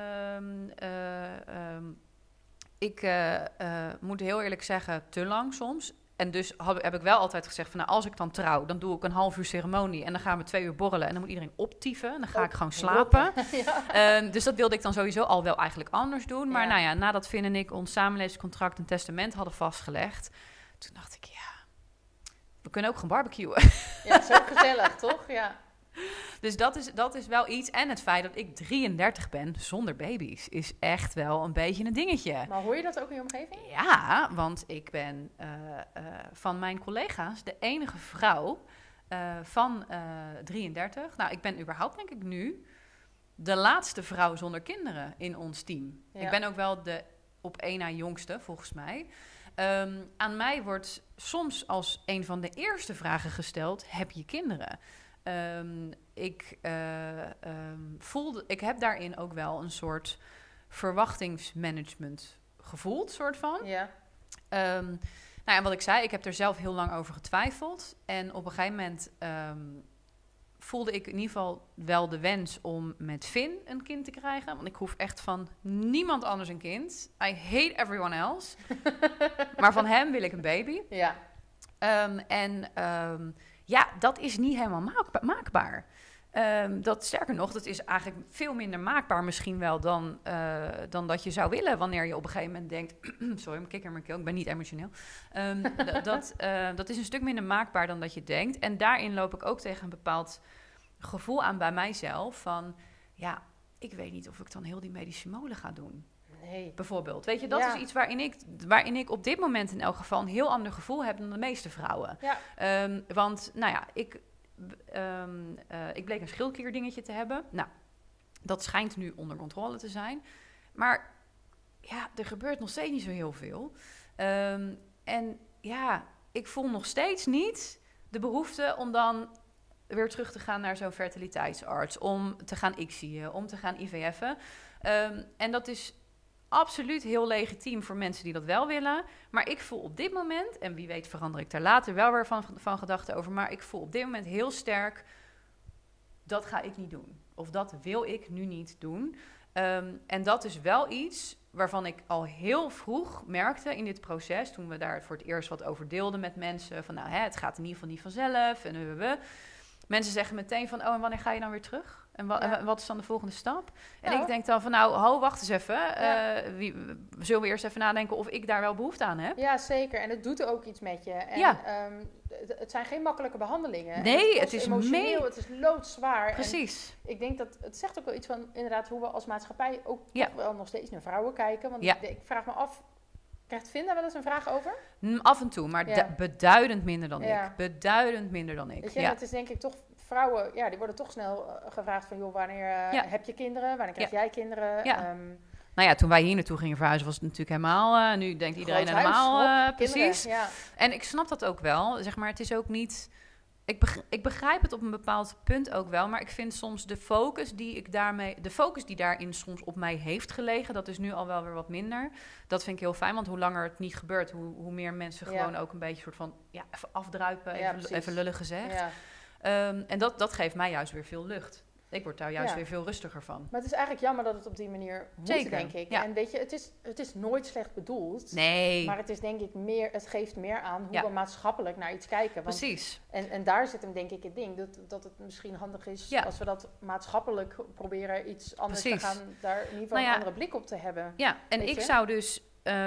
Ik moet heel eerlijk zeggen, te lang soms. En dus heb ik wel altijd gezegd van, nou, als ik dan trouw, dan doe ik een half uur ceremonie en dan gaan we 2 uur borrelen en dan moet iedereen optieven en dan ga ik gewoon slapen. Dus dat wilde ik dan sowieso al wel eigenlijk anders doen. Maar nou ja, nadat Finn en ik ons samenlevingscontract en testament hadden vastgelegd, toen dacht ik, ja, we kunnen ook gaan barbecuen. Ja, zo gezellig, toch? Ja. Dus dat is wel iets. En het feit dat ik 33 ben zonder baby's is echt wel een beetje een dingetje. Maar hoor je dat ook in je omgeving? Ja, want ik ben van mijn collega's de enige vrouw van 33. Nou, ik ben überhaupt denk ik nu de laatste vrouw zonder kinderen in ons team. Ja. Ik ben ook wel de op één na jongste, volgens mij. Aan mij wordt soms als een van de eerste vragen gesteld, heb je kinderen? Ik heb daarin ook wel een soort verwachtingsmanagement gevoeld, soort van. Ja. Nou ja, wat ik zei, ik heb er zelf heel lang over getwijfeld. En op een gegeven moment voelde ik in ieder geval wel de wens om met Finn een kind te krijgen. Want ik hoef echt van niemand anders een kind. I hate everyone else. Maar van hem wil ik een baby. Ja. Ja, dat is niet helemaal maakbaar. Sterker nog, dat is eigenlijk veel minder maakbaar misschien wel dan dat je zou willen wanneer je op een gegeven moment denkt, sorry, mijn kikker in mijn keel, ik ben niet emotioneel. Dat is een stuk minder maakbaar dan dat je denkt. En daarin loop ik ook tegen een bepaald gevoel aan bij mijzelf van, ja, ik weet niet of ik dan heel die medische molen ga doen. Nee. Bijvoorbeeld. Weet je, dat is iets waarin ik op dit moment in elk geval een heel ander gevoel heb dan de meeste vrouwen. Ja. Want, nou ja, ik bleek een schildklierdingetje te hebben. Nou, dat schijnt nu onder controle te zijn. Maar ja, er gebeurt nog steeds niet zo heel veel. En ja, ik voel nog steeds niet de behoefte om dan weer terug te gaan naar zo'n fertiliteitsarts. Om te gaan ICSI'en, om te gaan IVF'en. En dat is absoluut heel legitiem voor mensen die dat wel willen. Maar ik voel op dit moment, en wie weet verander ik daar later wel weer van gedachten over, maar ik voel op dit moment heel sterk, dat ga ik niet doen. Of dat wil ik nu niet doen. En dat is wel iets waarvan ik al heel vroeg merkte in dit proces, toen we daar voor het eerst wat over deelden met mensen, van nou, het gaat in ieder geval niet vanzelf. En mensen zeggen meteen van, oh, en wanneer ga je dan weer terug? En wat is dan de volgende stap? En ik denk dan van, nou, wacht eens even. Zullen we eerst even nadenken of ik daar wel behoefte aan heb? Ja, zeker. En het doet er ook iets met je. En het zijn geen makkelijke behandelingen. Nee, het is emotioneel, het is loodzwaar. Precies. En ik denk dat het zegt ook wel iets van, inderdaad, hoe we als maatschappij ook toch wel nog steeds naar vrouwen kijken. Want ik vraag me af, Krijgt Finn daar wel eens een vraag over? Af en toe, maar beduidend minder dan ik. Beduidend minder dan ik. Weet je, het is denk ik toch vrouwen, die worden toch snel gevraagd van, joh, wanneer heb je kinderen? Wanneer krijg jij kinderen? Ja. Nou ja, toen wij hier naartoe gingen verhuizen was het natuurlijk helemaal... nu denkt iedereen helemaal precies. Ja. En ik snap dat ook wel. Zeg maar, het is ook niet... Ik begrijp het op een bepaald punt ook wel, maar ik vind soms de focus die daarin soms op mij heeft gelegen, dat is nu al wel weer wat minder. Dat vind ik heel fijn, want hoe langer het niet gebeurt, hoe meer mensen gewoon ook een beetje soort van even afdruipen, even lullig gezegd. Ja. En dat geeft mij juist weer veel lucht. Ik word daar juist weer veel rustiger van. Maar het is eigenlijk jammer dat het op die manier moet, denk ik. Ja. En weet je, het is nooit slecht bedoeld. Nee. Maar het is denk ik het geeft meer aan hoe we maatschappelijk naar iets kijken. Want, precies. En daar zit hem denk ik het ding. Dat het misschien handig is als we dat maatschappelijk proberen iets anders te gaan. Daar in ieder geval een andere blik op te hebben. Ja, en ik zou dus...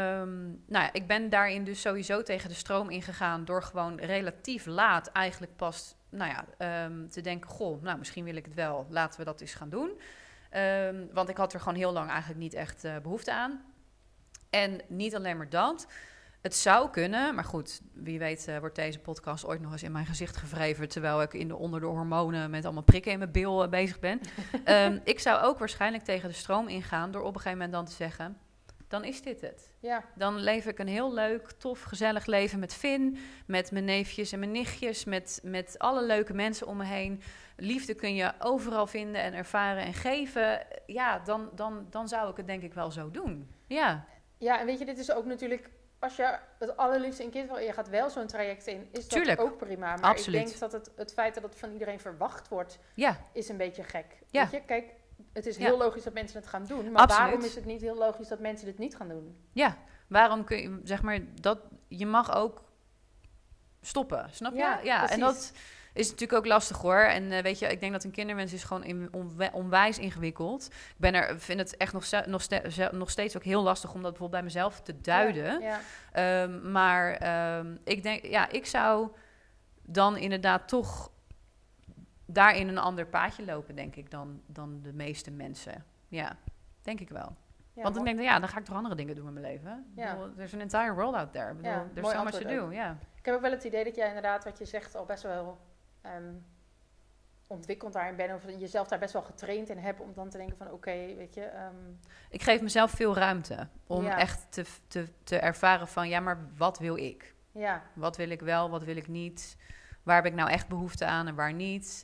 ik ben daarin dus sowieso tegen de stroom ingegaan door gewoon relatief laat eigenlijk pas te denken, misschien wil ik het wel, laten we dat eens gaan doen. Want ik had er gewoon heel lang eigenlijk niet echt behoefte aan. En niet alleen maar dat, het zou kunnen, maar goed, wie weet wordt deze podcast ooit nog eens in mijn gezicht gewreven, terwijl ik onder de hormonen met allemaal prikken in mijn bil bezig ben. Ik zou ook waarschijnlijk tegen de stroom ingaan door op een gegeven moment dan te zeggen, dan is dit het. Ja. Dan leef ik een heel leuk, tof, gezellig leven met Finn, met mijn neefjes en mijn nichtjes, met alle leuke mensen om me heen. Liefde kun je overal vinden en ervaren en geven. Ja, dan zou ik het denk ik wel zo doen. Ja. Ja, en weet je, dit is ook natuurlijk, als je het allerliefste een kind wil en je gaat wel zo'n traject in, is dat ook prima. Maar absoluut. Ik denk dat het feit dat het van iedereen verwacht wordt, is een beetje gek. Ja. Weet je, kijk, het is heel logisch dat mensen het gaan doen. Maar waarom is het niet heel logisch dat mensen dit niet gaan doen? Ja, waarom kun je, zeg maar, je mag ook stoppen, snap je? Ja, en dat is natuurlijk ook lastig hoor. En weet je, ik denk dat een kinderwens is gewoon onwijs ingewikkeld. Ik vind het echt nog steeds ook heel lastig om dat bijvoorbeeld bij mezelf te duiden. Maar ik denk, ik zou dan inderdaad toch daarin een ander paadje lopen, denk ik, dan de meeste mensen. Ja, denk ik wel. Ja, want ik denk, dan ga ik toch andere dingen doen in mijn leven. There's an entire world out there. There's so much to do. Ik heb ook wel het idee dat jij inderdaad, wat je zegt, al best wel ontwikkeld daarin bent, of jezelf daar best wel getraind in hebt, om dan te denken van, oké, weet je... Ik geef mezelf veel ruimte om echt te ervaren van, maar wat wil ik? Ja. Wat wil ik wel, wat wil ik niet? Waar heb ik nou echt behoefte aan en waar niet?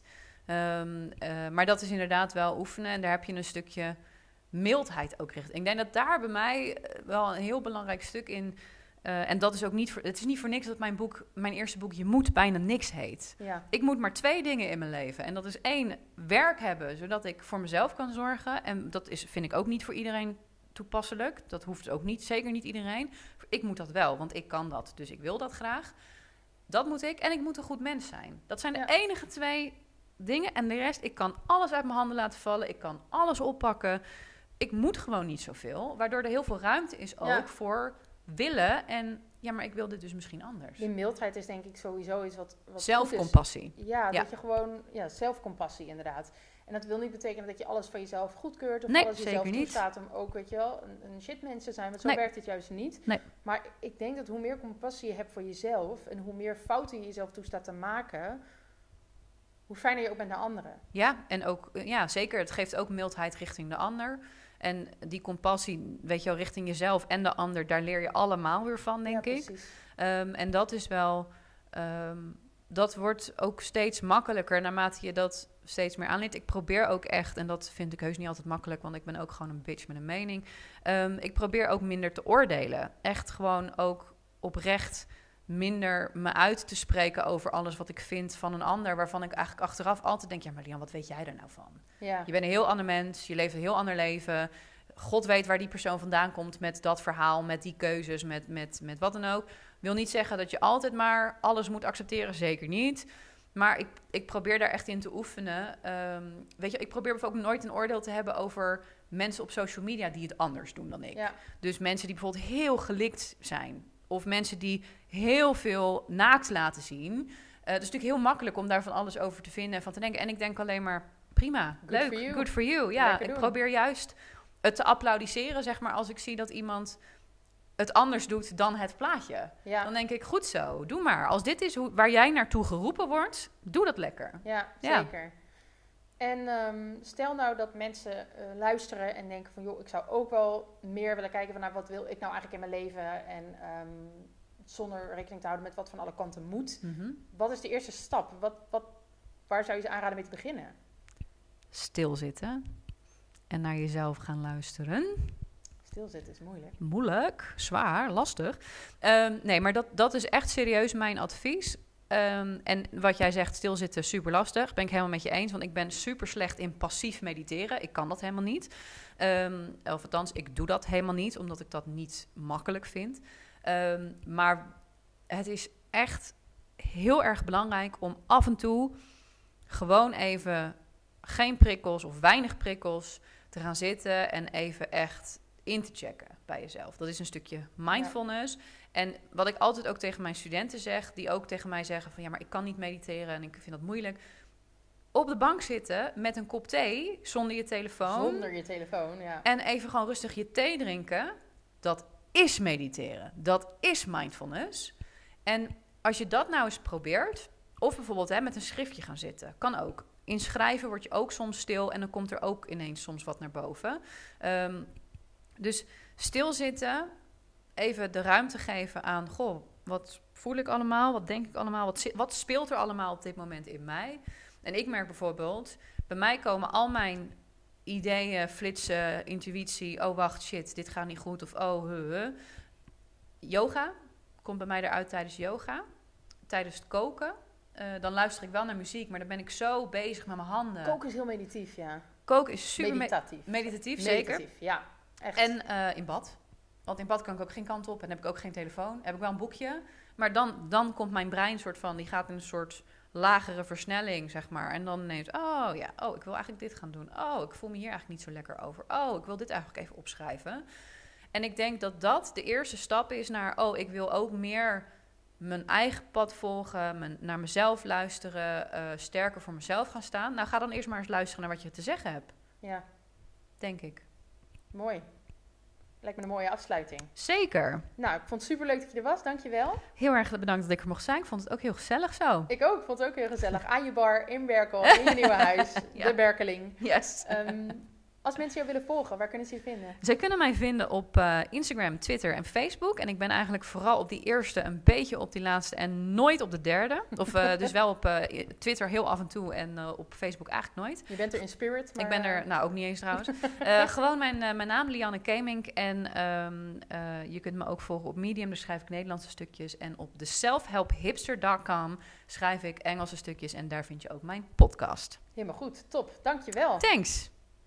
Maar dat is inderdaad wel oefenen. En daar heb je een stukje mildheid ook richting. Ik denk dat daar bij mij wel een heel belangrijk stuk in... en dat is ook niet het is niet voor niks dat mijn eerste boek Je moet bijna niks heet. Ja. Ik moet maar 2 dingen in mijn leven. En dat is 1, werk hebben, zodat ik voor mezelf kan zorgen. En dat vind ik ook niet voor iedereen toepasselijk. Dat hoeft ook niet, zeker niet iedereen. Ik moet dat wel, want ik kan dat. Dus ik wil dat graag. Dat moet ik. En ik moet een goed mens zijn. Dat zijn de enige 2 dingen. En de rest, ik kan alles uit mijn handen laten vallen. Ik kan alles oppakken. Ik moet gewoon niet zoveel. Waardoor er heel veel ruimte is ook voor willen. En maar ik wil dit dus misschien anders. Die mildheid is denk ik sowieso iets wat zelfcompassie. Ja, dat je gewoon... Ja, zelfcompassie inderdaad. En dat wil niet betekenen dat je alles van jezelf goedkeurt. Of alles jezelf toestaat om ook, weet je wel, een shitmens te zijn. Want zo werkt het juist niet. Nee. Maar ik denk dat hoe meer compassie je hebt voor jezelf en hoe meer fouten je jezelf toestaat te maken, hoe fijner je ook bent naar anderen. Ja, en ook, zeker. Het geeft ook mildheid richting de ander. En die compassie, weet je wel, richting jezelf en de ander, daar leer je allemaal weer van, denk ik. En dat is wel... dat wordt ook steeds makkelijker naarmate je dat steeds meer aanleert. Ik probeer ook echt, en dat vind ik heus niet altijd makkelijk, want ik ben ook gewoon een bitch met een mening. Ik probeer ook minder te oordelen. Echt gewoon ook oprecht minder me uit te spreken over alles wat ik vind van een ander, waarvan ik eigenlijk achteraf altijd denk, maar Lian, wat weet jij er nou van? Ja. Je bent een heel ander mens, je leeft een heel ander leven. God weet waar die persoon vandaan komt met dat verhaal, met die keuzes, met wat dan ook. Wil niet zeggen dat je altijd maar alles moet accepteren, zeker niet. Maar ik probeer daar echt in te oefenen. Weet je, ik probeer bijvoorbeeld nooit een oordeel te hebben over mensen op social media die het anders doen dan ik. Ja. Dus mensen die bijvoorbeeld heel gelikt zijn. Of mensen die heel veel naakt laten zien. Het is natuurlijk heel makkelijk om daar van alles over te vinden en van te denken. En ik denk alleen maar, prima, leuk, good for you. Ja, ik probeer juist het te applaudisseren, zeg maar, als ik zie dat iemand het anders doet dan het plaatje. Ja. Dan denk ik, goed zo, doe maar. Als dit is waar jij naartoe geroepen wordt, doe dat lekker. Ja, zeker. En stel nou dat mensen luisteren en denken van... joh, ik zou ook wel meer willen kijken van... nou, wat wil ik nou eigenlijk in mijn leven? En zonder rekening te houden met wat van alle kanten moet. Mm-hmm. Wat is de eerste stap? Waar zou je ze aanraden mee te beginnen? Stilzitten en naar jezelf gaan luisteren. Stilzitten is moeilijk. Moeilijk, zwaar, lastig. Nee, maar dat is echt serieus mijn advies. En wat jij zegt, stilzitten, super lastig. Ben ik helemaal met je eens, want ik ben super slecht in passief mediteren. Ik kan dat helemaal niet. Of althans, ik doe dat helemaal niet, omdat ik dat niet makkelijk vind. Maar het is echt heel erg belangrijk om af en toe gewoon even geen prikkels of weinig prikkels te gaan zitten en even echt in te checken bij jezelf. Dat is een stukje mindfulness. Ja. En wat ik altijd ook tegen mijn studenten zeg, die ook tegen mij zeggen van ja, maar ik kan niet mediteren en ik vind dat moeilijk. Op de bank zitten met een kop thee, zonder je telefoon. Zonder je telefoon, ja. En even gewoon rustig je thee drinken. Dat is mediteren. Dat is mindfulness. En als je dat nou eens probeert, of bijvoorbeeld met een schriftje gaan zitten, kan ook. In schrijven word je ook soms stil en dan komt er ook ineens soms wat naar boven. Dus stilzitten, even de ruimte geven aan, goh, wat voel ik allemaal, wat denk ik allemaal, wat speelt er allemaal op dit moment in mij? En ik merk bijvoorbeeld, bij mij komen al mijn ideeën, flitsen, intuïtie, oh wacht, shit, dit gaat niet goed, of Yoga komt bij mij eruit tijdens yoga, tijdens het koken. Dan luister ik wel naar muziek, maar dan ben ik zo bezig met mijn handen. Koken is heel meditatief, ja. Koken is super meditatief. Meditatief, zeker. Ja, echt. En in bad. Want in bad kan ik ook geen kant op en heb ik ook geen telefoon. Heb ik wel een boekje. Maar dan komt mijn brein soort van, die gaat in een soort lagere versnelling, zeg maar. En dan ineens, ik wil eigenlijk dit gaan doen. Oh, ik voel me hier eigenlijk niet zo lekker over. Oh, ik wil dit eigenlijk even opschrijven. En ik denk dat dat de eerste stap is naar, ik wil ook meer mijn eigen pad volgen, naar mezelf luisteren, sterker voor mezelf gaan staan. Nou, ga dan eerst maar eens luisteren naar wat je te zeggen hebt. Ja. Denk ik. Mooi. Lijkt me een mooie afsluiting. Zeker. Nou, ik vond het superleuk dat je er was. Dankjewel. Heel erg bedankt dat ik er mocht zijn. Ik vond het ook heel gezellig zo. Ik ook. Ik vond het ook heel gezellig. Aan je bar, in Berkel, in je nieuwe huis. Ja. De Berkeling. Yes. Als mensen jou willen volgen, waar kunnen ze je vinden? Zij kunnen mij vinden op Instagram, Twitter en Facebook. En ik ben eigenlijk vooral op die eerste, een beetje op die laatste en nooit op de derde. Of dus wel op Twitter heel af en toe en op Facebook eigenlijk nooit. Je bent er in spirit. Maar... Ik ben er, ook niet eens trouwens. Gewoon mijn naam, Lianne Kemink. En je kunt me ook volgen op Medium, daar schrijf ik Nederlandse stukjes. En op de selfhelphipster.com schrijf ik Engelse stukjes. En daar vind je ook mijn podcast. Helemaal goed, top. Dankjewel. Thanks.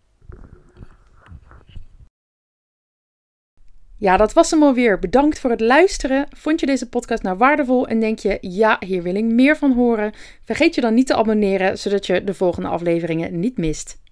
Ja, dat was hem alweer. Bedankt voor het luisteren. Vond je deze podcast nou waardevol en denk je, ja, hier wil ik meer van horen? Vergeet je dan niet te abonneren, zodat je de volgende afleveringen niet mist.